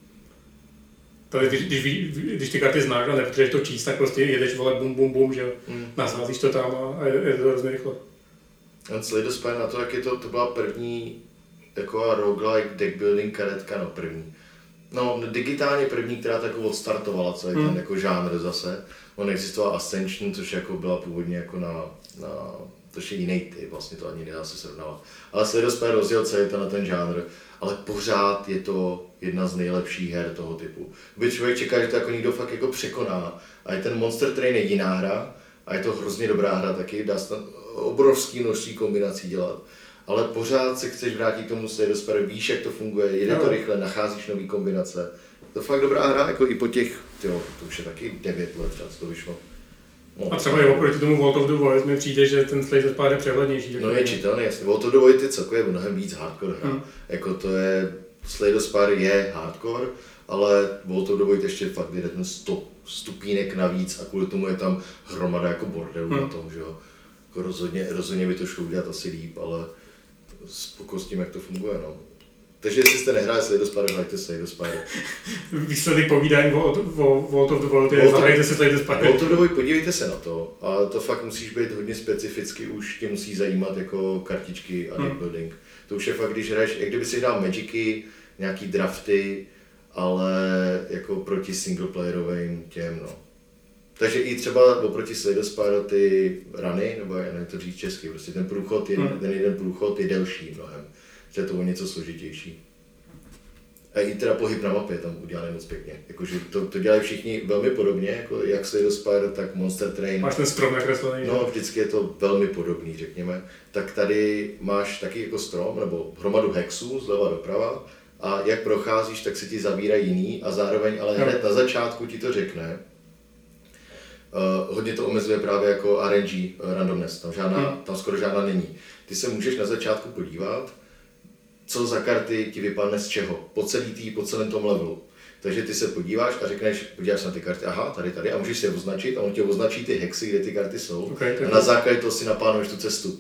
Tady, když, když, když ty karty znáš a nepotřebuješ to číst, tak prostě jedeš, vole, bum, bum, bum, že mm. nasázíš to tam a, a je, je to hrozně rychle. A Slay the Spire na to, jak je to, to byla první taková roguelike deck building karetka, no první. No digitálně první, která tak odstartovala celý mm. ten jako žánr zase. On existoval Ascension, což jako byla původně jako na, na což je jiný typ, vlastně to ani nedá se srovnávat. Ale Slay the Spire rozděl celý ten, ten žánr, ale pořád je to jedna z nejlepších her toho typu. Když člověk čeká, že to jako někdo fakt jako překoná, a je ten Monster Train jediná hra, a je to hrozně dobrá hra taky, dá se tam obrovský množství kombinací dělat. Ale pořád se chceš vrátit k tomu Slay the Spire, víš, jak to funguje, jede to rychle, nacházíš nový kombinace. To je fakt dobrá hra, jako i po těch, tyjo, to už je taky devět let třeba, co to vyšlo. No, a třeba i oproti tomu Vault of the Void mi přijde, že ten Slay the Spire je přehlednější. No je čitelný, jasně. Vault of the Void je celkově mnohem víc hardcore hra. Hmm. Jako to je, Slay the Spire je hardcore, ale Vault of the Void ještě fakt jde ten sto, stupínek navíc a kvůli tomu je tam hromada jako bordelu hmm. na tom, že jo. Jako rozhodně, rozhodně by to šlo udělat asi líp, ale spoko s tím, jak to funguje, no. Takže jestli jste nehráli Slay the Spire, hrajte Slay the Spire. Výsledek povídání o Vault of the Void je, zahrajte si Slay the Spire. Vault of the Void, podívejte se na to, a to fakt musíš být hodně specificky, už tě musí zajímat jako kartičky a deck building. Hmm. To už je fakt, když hraješ, jak kdyby si hrál Magicy, nějaký drafty, ale jako proti singleplayerovým těm, no. Takže i třeba oproti Slay the Spire ty rany, nebo já nevím to říct česky, prostě ten průchod, jeden, hmm. ten jeden průchod je delší mnohem. Že je to o něco složitější. A i teda pohyb na mapě tam udělaný moc pěkně. Jakože to, to dělají všichni velmi podobně, jako jak Slay the Spire, tak Monster Train. Máš ten strom nakreslený. No, vždycky je to velmi podobný, řekněme. Tak tady máš taky jako strom, nebo hromadu hexů zleva doprava. A jak procházíš, tak se ti zavírají jiný a zároveň ale hned na začátku ti to řekne. Uh, hodně to omezuje právě jako R N G, uh, randomness, tam, žádná, hmm. tam skoro žádná není. Ty se můžeš na začátku podívat, co za karty ti vypadne z čeho, po celý tý, po celém tom levelu. Takže ty se podíváš a řekneš, podíváš na ty karty, aha, tady, tady, a můžeš si je označit a on tě označí ty hexy, kde ty karty jsou. Okay, a na základě toho si naplánuješ tu cestu.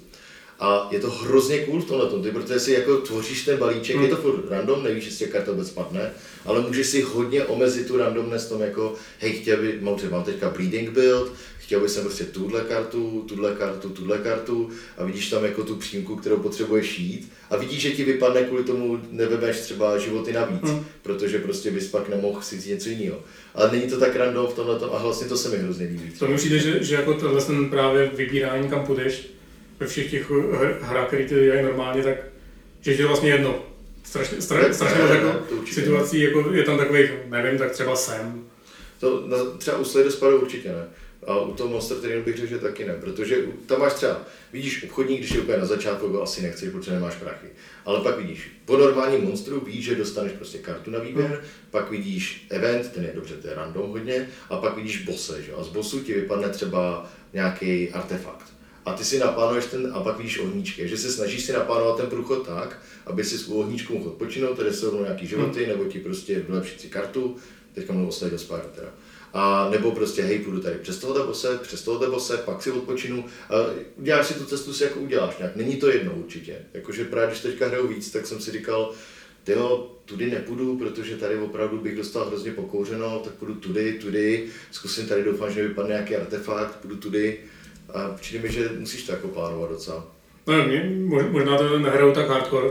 A je to hrozně cool v tomhletom, ty, protože si jako tvoříš ten balíček, hmm. je to furt random, nevíš, jestli tě karta vůbec padne, ale můžeš si hodně omezit tu randomness tom jako, hej, chtěl by, mám, mám teďka bleeding build, chtěl bych jsem prostě tuhle kartu, tuhle kartu, tuhle kartu a vidíš tam jako tu přímku, kterou potřebuješ jít a vidíš, že ti vypadne kvůli tomu, nevemeš třeba životy navíc, hmm. protože prostě bys pak nemohl si vzít něco jiného. Ale není to tak random v tomhletom a vlastně to se mi hrozně líbí. To mi přijde, že, že jako tohle ten právě vybírání, kam půjdeš, ve všech těch hrách, které ty dělají normálně, tak že je to vlastně jedno. Strašně, stra, strašně moc jako situací, jako je tam takových, nevím, tak třeba sem. To na, třeba u Slay the Spire určitě ne. A u toho Monster Trainu bych řekl, že taky ne, protože tam máš třeba, vidíš obchodník, když je úplně na začátku, ho asi nechceš, protože nemáš prachy. Ale pak vidíš, po normálním monstru víš, že dostaneš prostě kartu na výběr, hmm. pak vidíš event, ten je dobře, to je random hodně, a pak vidíš bosse, že? A z bossu ti vypadne třeba nějaký artefakt. A ty si naplánuješ ten, a pak vidíš ohníčky, že se snažíš si naplánovat ten průchod tak, aby si u ohníčku mohl odpočinout, tady jsou nějaký životy, hmm. nebo ti prostě vylepšit si kartu, teďka mluvím o Slay the Spire teda. A nebo prostě hej, půjdu tady přes tohoto bose, přes tohoto bose, pak si odpočinu. A uděláš si tu cestu, si jako uděláš nějak, není to jedno určitě. Jakože právě když teďka hraju víc, tak jsem si říkal, tyjo, tudy nepůjdu, protože tady opravdu bych dostal hrozně pokouřeno, tak půjdu tudy, tudy, zkusím tady, doufám, že vypadne nějaký artefakt, půjdu tudy. A přijde mi, že musíš to jako plánovat docela. No, mě, možná to nehraju tak hardcore,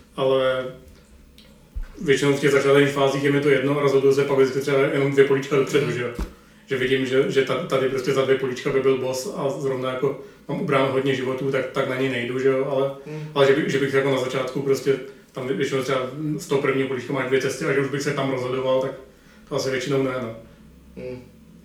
ale většinou v těch začátečních fázích je mi to jedno a rozhoduju se pak vždycky třeba jenom dvě políčka dopředu, mm. že, že vidím, že, že tady prostě za dvě políčka by byl boss a zrovna jako mám ubráno hodně životů, tak, tak na něj nejdu, že jo, ale, mm. ale že, by, že bych jako na začátku prostě tam většinou třeba z toho prvního políčka máš dvě cesty a že už bych se tam rozhodoval, tak to asi většinou ne, no. Mm.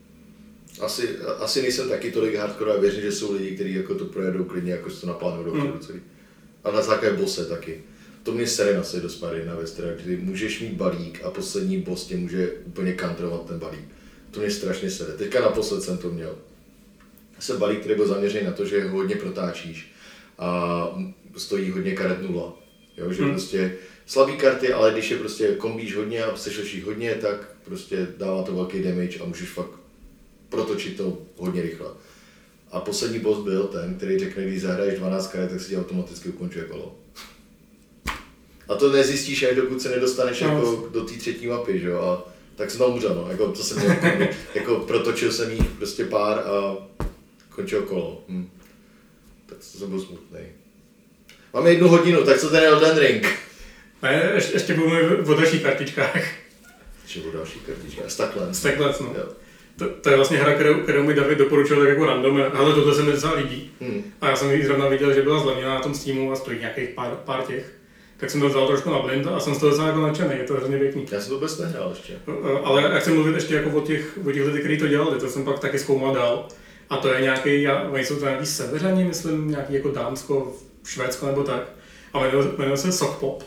Asi, asi nejsem taky tolik hardcore a věřím, že jsou lidi, kteří jako to projedou klidně, jako si to naplánují dopředu mm. celý. A na základě bosse taky. To mě sere na Slay the Spire jedna věc, teda, kdy můžeš mít balík a poslední boss tě může úplně kantrovat ten balík. To mě strašně sere. Teďka naposled jsem to měl. Se balík, který byl zaměřený na to, že hodně protáčíš a stojí hodně karet nula. Jo, že hmm. prostě slabý karty, ale když je prostě kombíš hodně a sešleš jich hodně, tak prostě dává to velký damage a můžeš fakt protočit to hodně rychle. A poslední boss byl ten, který řekne, když zahraješ dvanáct karet, tak si tě automaticky ukončuje kolo. A to nezjistíš, až dokud se nedostaneš no. jako do té třetí mapy, že jo? A tak jsem tam umřel, no. Jako, to jsem měl, jako protočil jsem jich prostě pár a končil kolo. Hm. Tak to jsem byl smutný. Máme jednu hodinu, tak co ten Elden Ring? Ne, ještě, ještě budu mluvit o dalších kartičkách. Ještě o dalších kartičkách, Stacklands. Stacklands, no. To, to je vlastně hra, kterou, kterou mi David doporučil tak jako random, ale tohle se mi docela líbí. Hmm. A já jsem ji zrovna viděl, že byla zlevněná na tom Steamu a stojí nějakých pár, pár těch. Tak jsem to vzal trošku na blind a jsem z toho docela jako nadšený, je to hrozně pěkný. Já jsem to vůbec nehrál ještě. Ale já chci mluvit ještě jako o těch, o těch lidí, kteří to dělali, to jsem pak taky zkoumal dál. A to je nějaký, oni jsou to nějaký severani, myslím, nějaký jako Dánsko, Švédsko nebo tak. A jmenuje, jmenuje se Sokpop.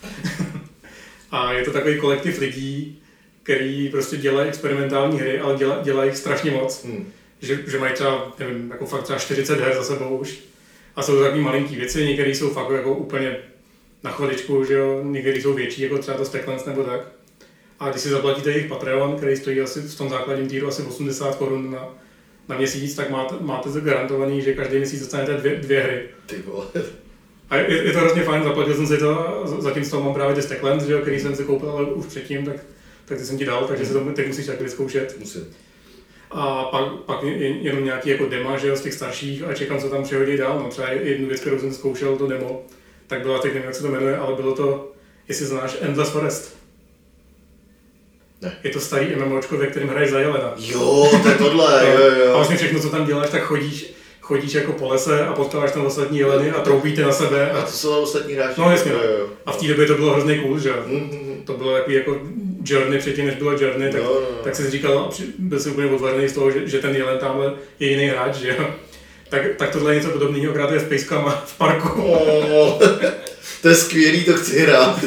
A je to takový kolektiv lidí, který prostě dělají experimentální hry, ale děla, dělají jich strašně moc. Hmm. Že, že mají třeba, nevím, jako fakt třeba čtyřicet her za sebou už. A jsou to takový malinký věci, některé jsou fakt jako úplně na chviličku, že jo, některé jsou větší, jako třeba to Stacklands nebo tak. A když si zaplatíte jejich Patreon, který stojí asi v tom základním týru asi osmdesát korun na, na měsíc, tak máte, máte to garantovaný, že každý měsíc dostanete dvě, dvě hry. Ty vole. A je, je to hrozně fajn, zaplatil jsem si to, zatím z toho mám právě ty Stacklands, že jo, který jsem si koupil, ale už předtím, tak, tak ty jsem ti dal, takže mm. si to teď musíš taky vyzkoušet. Musím. A pak, pak jenom nějaký jako dema, že jo, z těch starších a čekám, co tam přihodí dál. No, třeba jednu věc, kterou jsem zkoušel, to demo, tak byla, teď nevím, jak se to jmenuje, ale bylo to, jestli znáš Endless Forest. Ne. Je to starý MMOčko, ve kterém hraješ za jelena. Jo, to je tohle, no, jo, jo. A vlastně všechno, co tam děláš, tak chodíš, chodíš jako po lese a potkáváš tam ostatní jeleny a troubíte na sebe. A, a to jsou ostatní hráči. No jasně, jo, jo. A v té době to bylo hrozně cool, že mm-hmm. To bylo takový jako Journey předtím, než bylo Journey, tak, no, no. tak jsi říkal, byl jsi úplně odvařený z toho, že, že ten jelen tamhle je jiný hráč, že jo. Tak, tak tohle je něco podobného, akorát je s pejskama v parku. Oh, to je skvělý, to chci hrát.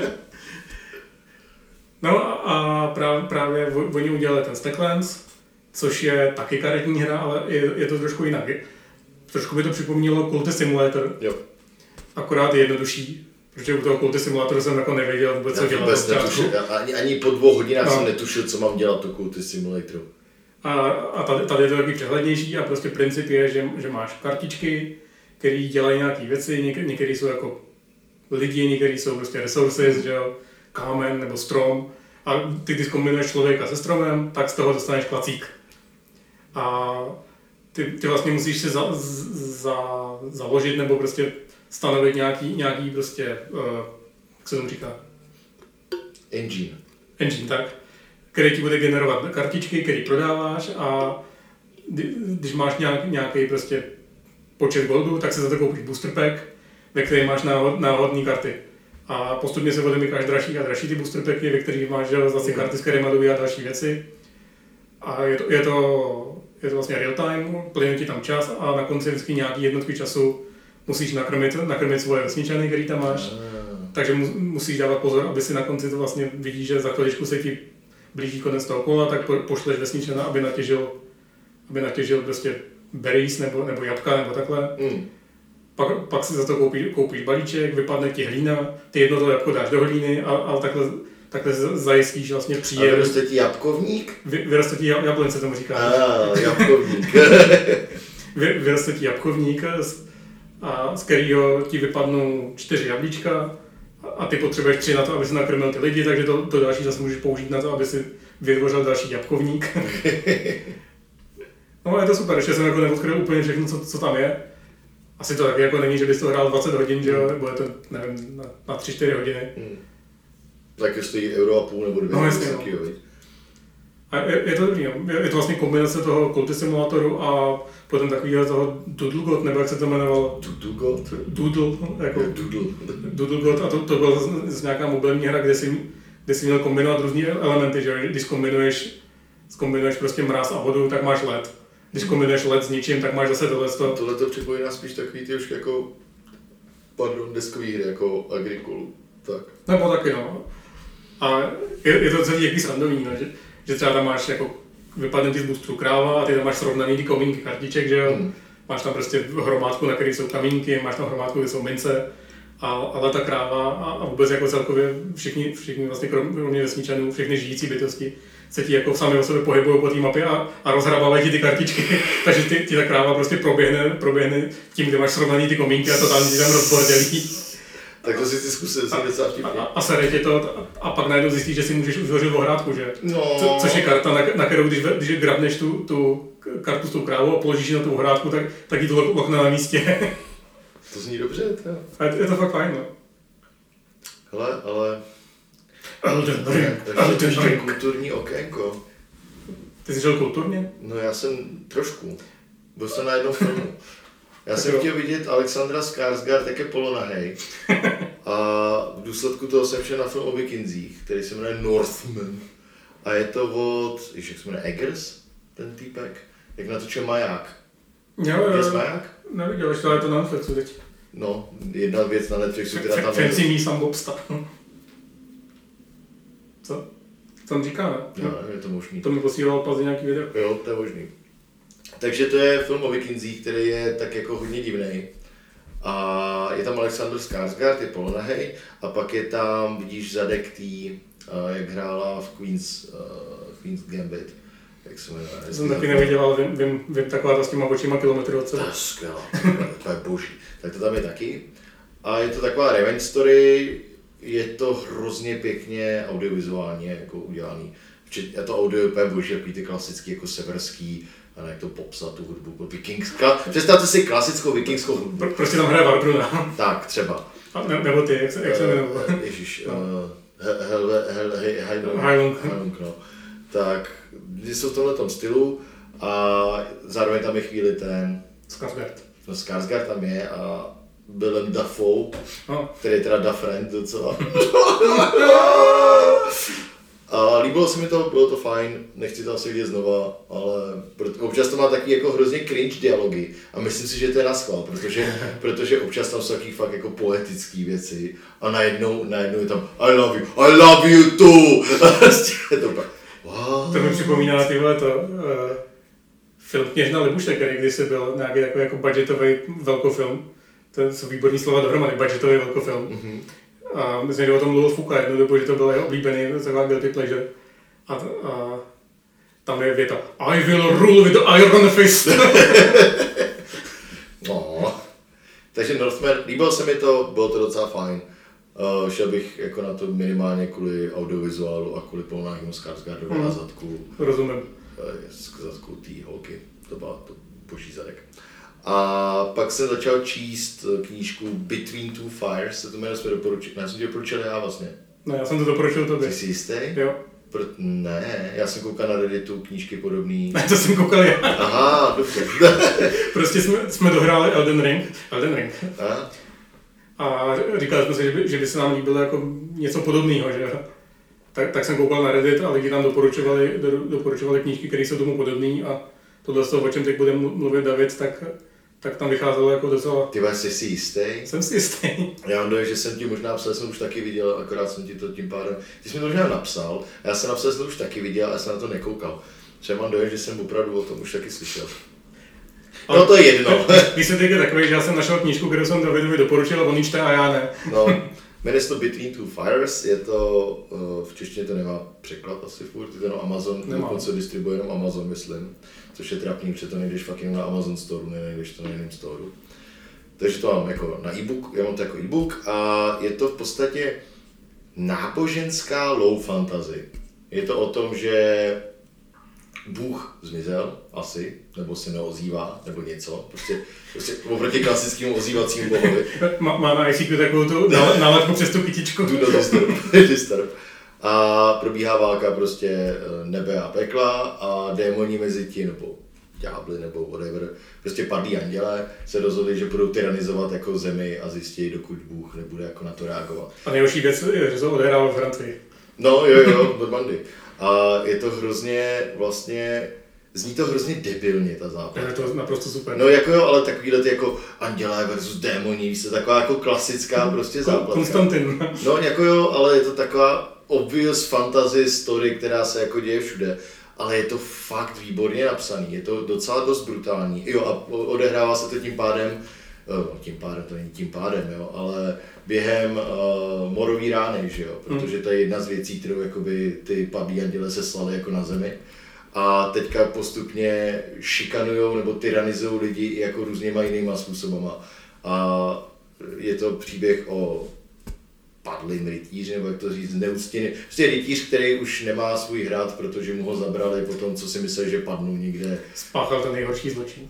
No a právě, právě oni udělali ten Stacklands, což je taky karetní hra, ale je, je to trošku jinak. Trošku by to připomnělo Cultist Simulator, jo. Akorát je jednodušší, protože u toho Cultist Simulatoru jsem jako nevěděl vůbec, co dělat. Ani, ani po dvou hodinách no. jsem netušil, co mám dělat u Cultist Simulatoru. A, a tady, tady je to taky přehlednější a prostě princip je, že, že máš kartičky, které dělají nějaké věci, něk, některé jsou jako lidi, některé jsou prostě resources, že jo, kámen nebo strom. A ty, když kombinuješ člověka se stromem, tak z toho dostaneš klacík. A ty, ty vlastně musíš si za, za, založit nebo prostě stanovit nějaký, nějaký prostě, uh, jak se tomu říká? Engine. Engine, tak. Který ti bude generovat kartičky, který prodáváš a když máš nějak, nějaký prostě počet goldů, tak si za to koupíš booster pack, ve kterém máš návod, náhodné karty. A postupně se odemykáš dražší a dražší ty booster packy, ve kterých máš zase karty s kterými a další věci. A je to, je to, je to vlastně real time, plyne ti tam čas a na konci vždycky nějaký jednotky času musíš nakrmit, nakrmit svoje vesničany, který tam máš. Takže mu, musíš dávat pozor, aby si na konci to vlastně vidíš, že za chviličku se ti blíží konec toho kola, tak po, pošleš vesničana, aby natěžil, aby natěžil prostě berries nebo, nebo jabka nebo takhle. Mm. Pak, pak si za to koupíš, koupíš balíček, vypadne ti hlína, ty jedno to jabko dáš do hlíny a, a takhle, takhle zajistíš vlastně příjem. A vyroste ti jabkovník? Vy, vyroste ti jablonce, tomu říkáš. A, jabkovník. Vy, vyroste ti jabkovník, a z kterého ti vypadnou čtyři jablíčka a ty potřebuješ tři na to, aby si nakrmil ty lidi, takže to, to další zase můžeš použít na to, aby si vytvořil další jabkovník. No je to super, ještě jsem jako neodkryl úplně všechno, co, co tam je. Asi to taky jako není, že bys to hrál dvacet hodin, že jo, nebo je to, nevím, na, na tři čtyři hodiny. Hmm. Tak stojí euro a půl nebo dvě. No jasně, no. A je, je to dobrý, no. Je to vlastně kombinace toho Cultist Simulatoru a potom takového toho Doodle God, nebo jak se to jmenovalo? Doodle God? Doodle, jako Doodle. Doodle God a to, to byla z nějaká mobilní hra, kde jsi, kde jsi měl kombinovat různé elementy, že když kombinuješ, kombinuješ prostě mráz a vodu, tak máš led. Když kombinuješ led s ničím, tak máš zase tohle. Tohle to připomíná spíš takový ty už jako, pardon, deskový hry, jako Agricolu, tak. Nebo taky, no. A je, je to celý jaký srandovní, no, že, že třeba tam máš jako vypadne ti z boostru kráva a ty tam máš srovnaný ty komínky kartiček, že jo. Hmm. Máš tam prostě hromádku, na které jsou kamínky, máš tam hromádku, kde jsou mince. A, ale ta kráva a, a vůbec jako celkově všichni, všichni vlastně kromě vesničanů, všechny žijící bytosti se ti jako sami o sobě pohybují po té mapě a, a rozhrabávají ti ty kartičky, takže ti, ti ta kráva prostě proběhne, proběhne tím, kde máš srovnaný ty komínky a totálně ti tam rozbordělí. Tak to si ty zkusil, si docela vtipně. A, a sere tě to a, a pak najednou zjistíš, že si můžeš uzhořit ohrádku, že? No. Co, což je karta, na, na kterou když, když grabneš tu, tu kartu s tou krávou a položíš ji na tu ohrádku, tak, tak jí to lokne na místě. To zní dobře, to. A je, je to fakt fajn, no. Hele, ale... Elden Ring, Elden Ring. Kulturní okénko. Ty jsi žil kulturně? No já jsem trošku. Byl jsem na jednom filmu. Já jsem chtěl vidět Alexandra Skarsgård, jak je polonahej. A v důsledku toho jsem šel na film o Vikingzích, který se jmenuje Northman. A je to od, jak se jmenuje, Eggers, ten týpek, jak natočil Maják. Jo, jo, jo. Maják? Neviděl, ještě ale je to na Netflixu teď. No, jedna věc na Netflixu, která tam je. Fancy me some lobster. Co? Co on říká, ne? No, je to možný. To mi posílal Pazi nějaký video. Jo, to je možný. Takže to je film o Vikingzích, který je tak jako hodně divnej. A je tam Alexander Skarsgård, je polonahej, a pak je tam, vidíš zadek tý, jak hrála v Queen's, uh, Queen's Gambit. Jak se jmenuje? To jsem taky neviděl, ale vím, vím, vím taková ta s těma očima kilometry od sebe. To je skvělá, to je boží. Tak to tam je taky. A je to taková revenge story, je to hrozně pěkně audiovizuálně jako udělaný. Je to audio úplně boží, takový ty klasický jako severský, a jak to popsat tu hudbu, vikingská. Představte si klasickou vikingskou hudbu. Pro, prostě tam hraje Warbruna. Tak, třeba. A ne, nebo ty, jak se, jak se jmenoval? Ježiš, Highland, no. Tak, jsou v tomhle tom stylu a zároveň tam je chvíli ten... Skarsgård. No, Skarsgård tam je a Willem Dafoe, no. který je teda Dafriend docela. A líbilo se mi to, bylo to fajn, nechci to asi vidět znova, ale občas to má taky jako hrozně cringe dialogy a myslím si, že to je naschvál, protože, protože občas tam jsou taky fakt jako poetické věci a najednou, najednou je tam I love you, I love you too! A to pak, wow. To mi připomíná tyhle to, uh, film Kněžna Libuše, který kdysi byl nějaký takový jako budgetový velkofilm, to jsou výborný slova dohromady, budgetový velkofilm. Mm-hmm. A myslím, že o tom mluvil Fuka jednu dobu, že to byl jeho oblíbený, taková guilty pleasure. A, a tam je věta I will rule with the iron fist. No. Takže Northman, líbilo se mi to, bylo to docela fajn. Uh, šel bych jako na to minimálně kvůli audiovizuálu a kvůli polnáhému Skarsgårdovi mm. na zadku. Rozumím. Uh, zadku té holky, to byla to boží zadek. A pak jsem začal číst knížku Between Two Fires, to jméno jsme doporučili, já jsem ti doporučil já vlastně. No, já jsem to doporučil tobě. Jsi si jistý? Jo. Pro... Ne, já jsem koukal na Redditu knížky podobný. Ne, to jsem koukal já. Aha, dobře. Prostě jsme, jsme dohráli Elden Ring. Elden Ring. A? A říkali jsme si, že by, že by se nám líbilo jako něco podobného, že? Tak, tak jsem koukal na Reddit a lidi tam doporučovali, do, doporučovali knížky, které jsou tomu podobné a tohle z toho, o čem teď bude mluvit David, tak, tak tam vycházelo jako docela... Ty jsi si jistý? Jsem si jistý. Já mám dojem, že jsem ti možná napsal, jsem už taky viděl, akorát jsem ti to tím pádem... Ty jsi mi to možná napsal, já jsem napsal, že jsem to už taky viděl, a já jsem na to nekoukal. Třeba mám dojem, že jsem opravdu o tom už taky slyšel. No ale to je jedno. Výsledek je takový, že já jsem našel knížku, kterou jsem Davidovi doporučil a on ji čte a já ne. No, jmenuje se to Between Two Fires, je to, v češtině to nemá překlad asi furt, je to jenom Amazon, dokonce distribuje jenom Amazon, myslím. Což je trapný, protože to nejdeš fakt jenom na Amazon Store, nejdeš to na jiném store. Takže to mám jako na e-book, já mám to jako e-book a je to v podstatě náboženská low fantasy. Je to o tom, že Bůh zmizel, asi, nebo se neozývá, nebo něco, prostě, prostě oproti klasickému ozývacímu bohovi. Má, má na I C Q takovou tu náladku přes tu kytičku. Do not disturb, disturb. A probíhá válka prostě nebe a pekla a démoni mezi tím, nebo ďábly, nebo whatever, prostě padlí anděle se rozhodli, že budou tyranizovat jako zemi a zjistí, dokud Bůh nebude jako na to reagovat. A nejhorší věc je, že se odehrává v Francii. No jo jo, Normandy. A je to hrozně vlastně, zní to hrozně debilně ta západ. Je to naprosto super. No jako jo, ale takovýhle ty jako andělé versus démoni, víš, taková jako klasická prostě zápletka. Konstantin. No jako jo, ale je to taková obvious fantasy story, která se jako děje všude. ale je to fakt výborně napsaný, je to docela dost brutální. Jo, a odehrává se to tím pádem, no, tím pádem, to není tím pádem, jo, ale během uh, morový rány, že jo, protože to je jedna z věcí, kterou jakoby ty padlí anděle se slaly jako na zemi. A teďka postupně šikanujou nebo tyranizujou lidi i jako různýma jinýma způsobama. A je to příběh o padlým rytíři, nebo jak to říct, neúctěný. Prostě rytíř, který už nemá svůj hrad, protože mu ho zabrali po tom, co si myslel, že padnou někde. Spáchal ten nejhorší zločin.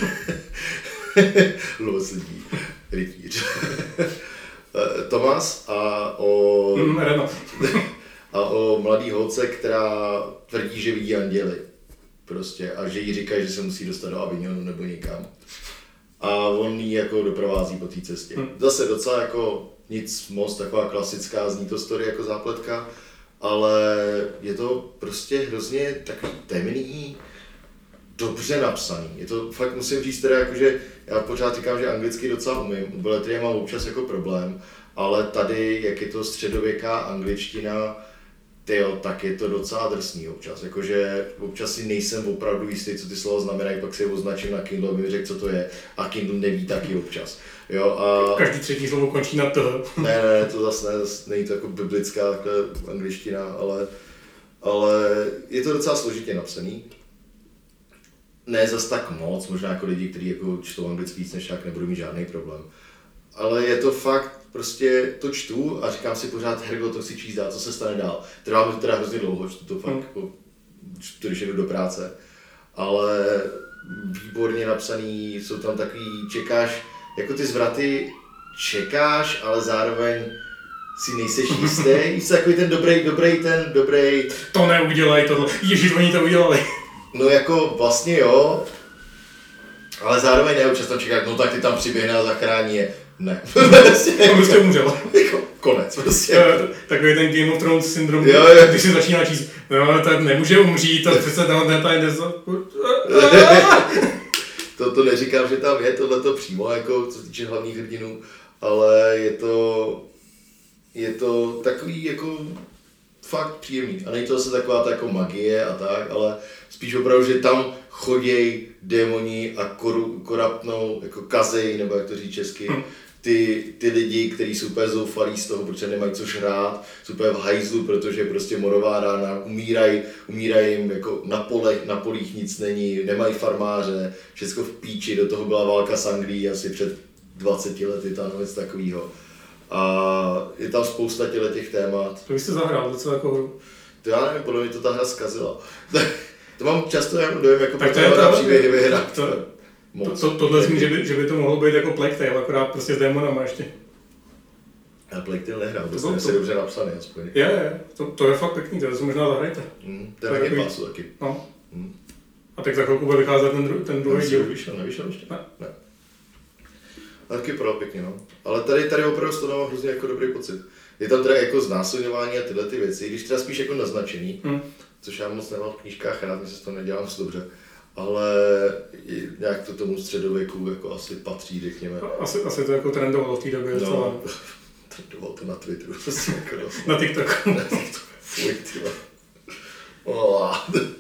Los lidí, rytíř. Tomas a o... Mm, a o mladý holce, která tvrdí, že vidí anděly. Prostě. A že jí říkají, že se musí dostat do Avignonu nebo někam. A on jí jako doprovází po té cestě. Hmm. Zase docela jako nic moc, taková klasická, zní to story jako zápletka, ale je to prostě hrozně takový temný, dobře napsaný. Je to fakt, musím říct teda jako, že já pořád říkám, že anglicky docela umím, u beletrie mám občas jako problém, ale tady, jak je to středověká angličtina, tyjo, tak je to docela drsný občas, jakože občas si nejsem opravdu jistý, co ty slova znamenají, pak si je označím na Kindle, aby mi řekl, co to je, a Kindle neví taky občas. Jo, a... Každý třetí slovo končí na to. Ne, ne, to zase ne, není to jako biblická takhle angličtina, ale, ale je to docela složitě napsaný. Ne zas tak moc, možná jako lidi, kteří jako čtou anglicky víc než jak, nebudou mít žádný problém. Ale je to fakt, prostě to čtu a říkám si pořád, hergo, to si číst dál, co se stane dál. Trvá mi to teda hrozně dlouho, čtu to fakt, hmm. jako, čtu, když jdu do práce. Ale výborně napsaný, jsou tam takový, čekáš, jako ty zvraty čekáš, ale zároveň si nejseš jistý. Jsi takový ten dobrý, dobrý, ten dobrý. To neudělej, tohle. Ježiš, oni to udělali. No jako vlastně jo, ale zároveň ne, občas tam čekáš, no tak ty tam přiběhne a zachrání je. Ne. On prostě umřel. Konec prostě. Takový ten Game of Thrones syndrom, jo, jo. když si začíná číst, no tak nemůže umřít, to přece tam tady neza... to, to neříkám, že tam je tohleto přímo, jako co se týče hlavních hrdinů, ale je to, je to takový jako fakt příjemný. A není to zase taková ta jako magie a tak, ale spíš opravdu, že tam choděj démoni a koru, koraptnou, jako kazej, nebo jak to říct česky, hmm. ty, ty lidi, kteří jsou úplně zoufalí z toho, protože nemají co žrát, jsou úplně v hajzlu, protože prostě morová rána, umírají, umírají jim jako na polech, na polích nic není, nemají farmáře, všechno v píči, do toho byla válka s Anglií asi před dvaceti lety, tam něco takového. A je tam spousta těch témat. To byste zahrál docela jako hru. To já nevím, podle mě to ta hra zkazila. To mám často jako dojem, jako tak to je ta příběhy vyhrát. To, to, to, tohle zní, že by, že by to mohlo být jako Plague Tale, akorát prostě s démonama ještě. Já Plague Tale nehrál, to jsem si dobře napsaný aspoň. Je, je, to, to je fakt pěkný, to si možná zahrajte. Mm, to je taky pásu taky. No. Mm. A tak za chvilku bude vycházet ten, dru, ten druhý díl. Nevyšel, nevyšel ještě? Ne. Ne. A taky pro pěkně, no. Ale tady, tady opravdu z toho mám hrozně jako dobrý pocit. Je tam teda jako znásilňování a tyhle ty věci, když teda spíš jako naznačený, mm. což já moc nemám v knížkách rád, myslím, že to nedělám moc dobře. Ale nějak to tomu středověku jako asi patří, řekněme. Asi, asi to jako trendovalo v té době. No, trendovalo to na Twitteru. Jako na TikToku. Na TikToku. Fuj, tyhle. Oh.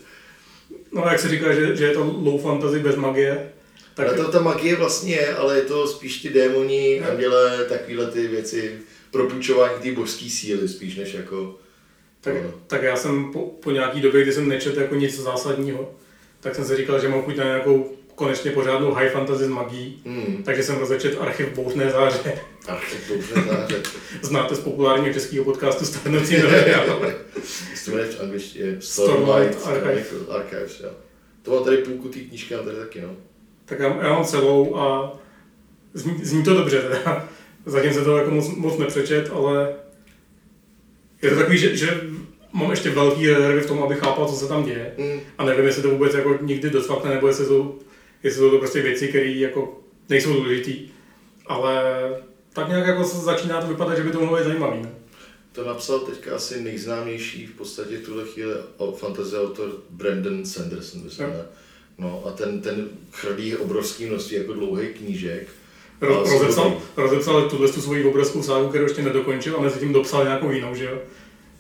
No a jak se říká, že, že je to low fantasy bez magie. Tak... Ale to ta magie vlastně je, ale je to spíš ty démoni, anděle, takovéhle ty věci, propůjčování té božské síly spíš než jako... Tak, no. tak já jsem po, po nějaký době, kdy jsem nečetl jako nic zásadního, tak jsem si říkal, že mám chuť na nějakou konečně pořádnou high fantasy s magií, hmm. takže jsem rozečetl Archiv bouřné záře. Archiv bouřné záře. Znáte z populárního českého podcastu Starnoucí nově. Jsi jmenuje v angličtině Stormlight Archive. Archives, jo. To mám tady půlku té knížky, mám tady taky, no. Tak já, já mám celou a zní, zní to dobře teda. Zatím se to jako moc, moc nepřečet, ale je to takový, že, že mám ještě velký rezervy v tom, abych chápal, co se tam děje. Mm. A nevím, jestli to vůbec jako nikdy docvakne, nebo jestli jsou, jestli jsou to prostě věci, které jako nejsou důležitý. Ale tak nějak jako začíná to vypadat, že by to mohlo být zajímavý. Ne? To napsal teďka asi nejznámější v podstatě v tuhle chvíli fantasy autor Brandon Sanderson, myslím, ne? No a ten, ten chrlí obrovský množství jako dlouhých knížek. Ro, rozepsal, rozepsal tuhle tu svoji obrovskou ságu, kterou ještě nedokončil a mezi tím dopsal nějakou jinou, že jo?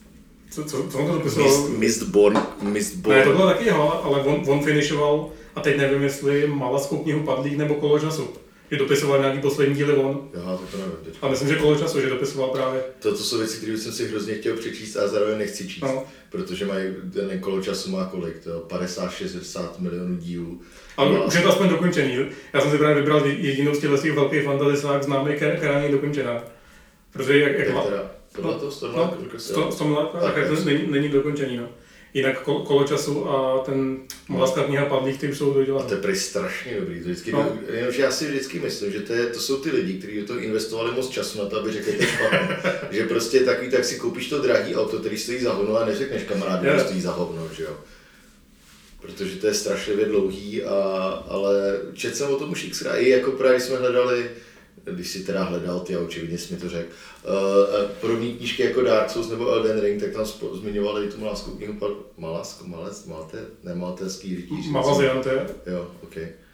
Co, co, co on to dopisoval? Mist, Mistborn, Mistborn. Ne, to bylo taky jeho, ale on, on finishoval, a teď nevím, jestli Malaskou knihu Padlých nebo Kolo času. Že dopisoval nějaký poslední díly on. Aha, to, to nevím teď. A myslím, že Kolo času, že dopisoval právě. To, to jsou věci, které jsem si hrozně chtěl přečíst a zároveň nechci číst. No. Protože mají, ten Kolo času má kolik, to padesát šedesát milionů dílů. Ale no, už je to aspoň dokončený. Já jsem si právě vybral jedinou z těch velkých fantasy sák známý, která není dokončená. Protože jak... jak je teda, tohle to Stormlight no, Stormlight tak není, není dokončený, no. Jinak kol, Kolo času a ten Malaská kniha Padlých, ty už jsou dodělané. A to je prý strašně dobrý, to vždycky, no. Jenomže já si vždycky myslím, že to, je, to jsou ty lidi, kteří do toho investovali moc času na to, aby řekli teď špatně. Že prostě takový, tak si koupíš to drahý auto, který stojí za hovno a neřekneš kamarádu, že stojí za hovno, že jo. Protože to je strašlivě dlouhý, a, ale četl jsem o tom už xkrát, i jako právě jsme hledali, když si teda hledal, ty a očividně jsi mi to řekl, uh, podobné knížky jako Dark Souls nebo Elden Ring, tak tam spo, zmiňovali tu Malaskou knihu, Malasko, Malec, Malte, ne Maltéský rytíř. Malaziante. Jo, ok.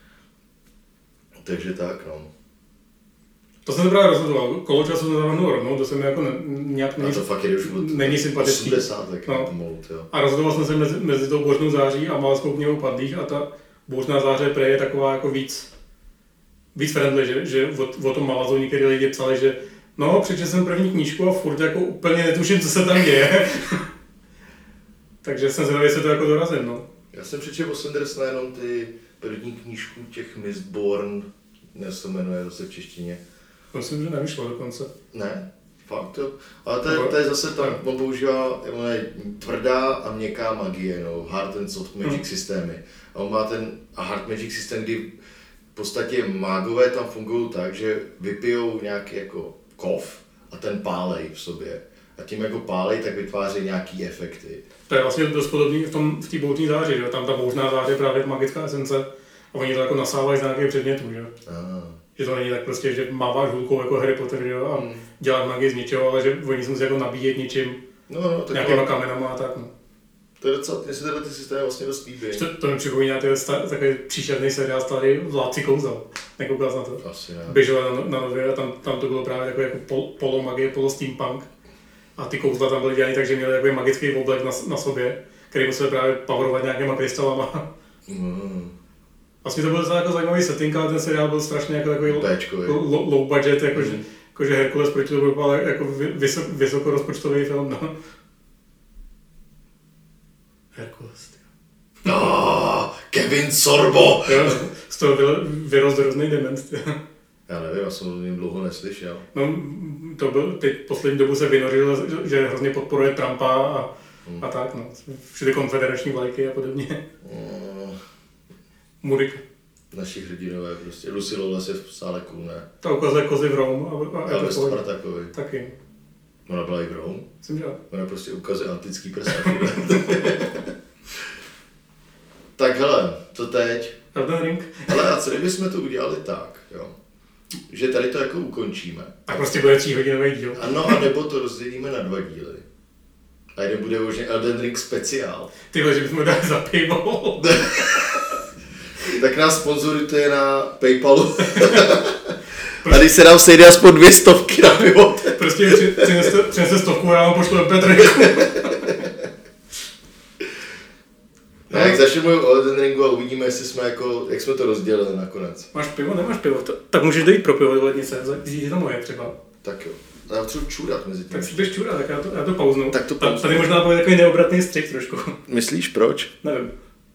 Takže tak, no. To jsem se právě rozhodoval, Kolo času nezavrhnul rovnou, to se mi jako ne, nějak není, to fakt je už není sympatický. osmdesát, tak no. Mout, jo. A rozhodoval jsem se mezi, mezi tou Bouřnou září a Malaskou knihou Padlých, a ta Bouřná záře prej je taková jako víc víc friendly, že, že o, o tom Malazu některý lidi psali, že no, přečetl jsem první knížku a furt jako úplně netuším, co se tam děje. Takže jsem zvědavý, jestli to jako dorazím, no. Já jsem přečetl o Sandersona jenom ty první knížku těch Mistborn, dnes to jmenuje zase v češtině. Myslím, že nevyšlo dokonce. Ne, fakt to. Ale to je, to je zase tam, on používá je tvrdá a měkká magie, no, hard and soft magic hmm. systémy. A on má ten a hard magic systém, kdy v podstatě mágové tam fungují tak, že vypijou nějaký jako kov a ten pálej v sobě. A tím jako pálej, tak vytváří nějaký efekty. To je vlastně dost podobný v tom v té boutní záři, že? Tam ta bouřná záře je právě magická esence a oni to jako nasávají z nějakých předmětů, že? Ah. Že to není tak prostě, že máváš hůlkou jako Harry Potter, že? A hmm. děláš magii z ničeho, ale že oni se musí jako nabíjet něčím, no, no, tak nějakýma to... kamenama a tak, no. To je docela, jestli tyhle ty systémy vlastně dost líbí. To, to mi připomíná takový příšerný seriál starý Vládci kouzel. Nekoukal jsi na to? Asi ne. Běžel na, na nově a tam, tam to bylo právě takový jako pol, polo magie, polo steampunk. A ty kouzla tam byly dělané tak, že měly takový magický oblek na, na sobě, který musel právě powerovat nějakýma krystalama. Mm. Vlastně to byl docela jako zajímavý setting, ale ten seriál byl strašně jako takový low, low budget, jakože mm. jako, Herkules proti to byl jako vysok, vysokorozpočtový film. No. Herkules, tyjo. Oh, Kevin Sorbo! Jo, z toho vyrost hrozný dement, tyjo. Já nevím, já jsem o něm dlouho neslyšel. No, to byl, teď poslední dobu se vynořil, že hrozně podporuje Trumpa a, hmm. a tak, no. Všude konfederační vlajky a podobně. Hmm. Murik. Naši hrdinové prostě. Lucy Lawless je v sále cool, ne? Ta ukazuje kozy v Rome a, a, a Elvis Spartakovi. Taky. Ona byla i v Rome? Myslím, že. Ona prostě ukazuje antický prsa. Tak hele, co teď? Elden Ring. Ale a co kdybychom to udělali tak, jo? Že tady to jako ukončíme. A prostě bude tříhodinový díl. Ano, a nebo to rozdělíme na dva díly. A jeden bude možná Elden Ring speciál. Tyhle, že bychom dali za paywall. Tak nás sponzorujte na PayPalu. A když se nám sejde aspoň dvě stovky na pivo. Prostě přineste, přineste stovku a já vám pošlu em pé tři. No, jak začneme o Elden Ringu a uvidíme, jestli jsme jako, jak jsme to rozdělili nakonec. Máš pivo, nemáš pivo? To, tak můžeš dojít pro pivo do lednice, je to moje třeba. Tak jo. Já potřebuji čůrat mezi tím. Tak si běž čůrat, tak já to, já to pauznu. Tak to pauznu. Tady možná bude takový neobratný střih trošku. Myslíš proč? Nevím.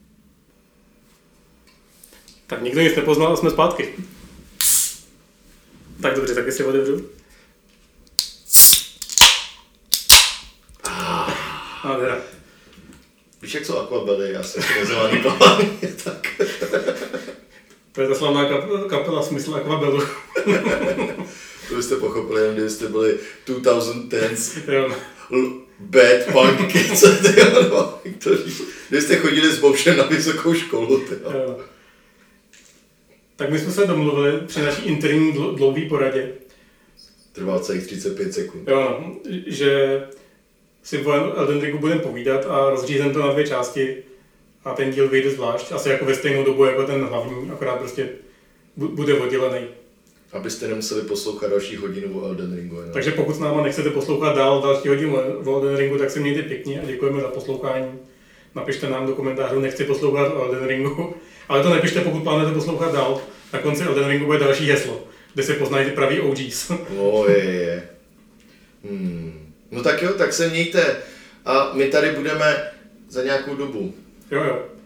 Tak nikdo nic nepoznal a jsme zpátky. Tak dobře, tak jestli otevřu. Ah. A teda. Víš, jak jsou Aquabelly, já jsem nezvaný pavání, tak. To je ta slavná kapela, kapela smysl Aquabellu. To byste pochopili, jen kdybyste byli two thousand tens jo. bad punk kids, no, kdybyste chodili s Bobšem na vysokou školu, jo. Tak my jsme se domluvili při naší interní dlouhé poradě. Trvá celých třicet pět sekund. Jo, no, že si o Elden Ringu budeme povídat a rozřízem to na dvě části a ten díl vyjde zvlášť, asi jako ve stejnou dobu jako ten hlavní, akorát prostě bude oddělený. Abyste nemuseli poslouchat další hodinu o Elden Ringu. Jo. Takže pokud s náma nechcete poslouchat dál další hodinu o Elden Ringu, tak se mějte pěkně a děkujeme za poslouchání. Napište nám do komentářů, nechci poslouchat o Elden Ringu, ale to nepište, pokud plánujete poslouchat dál. Na konci Elden Ringu bude další heslo, kde se poznají ty pravý O Gs. O je, je. Hmm. No tak jo, tak se mějte a my tady budeme za nějakou dobu. Jo, jo.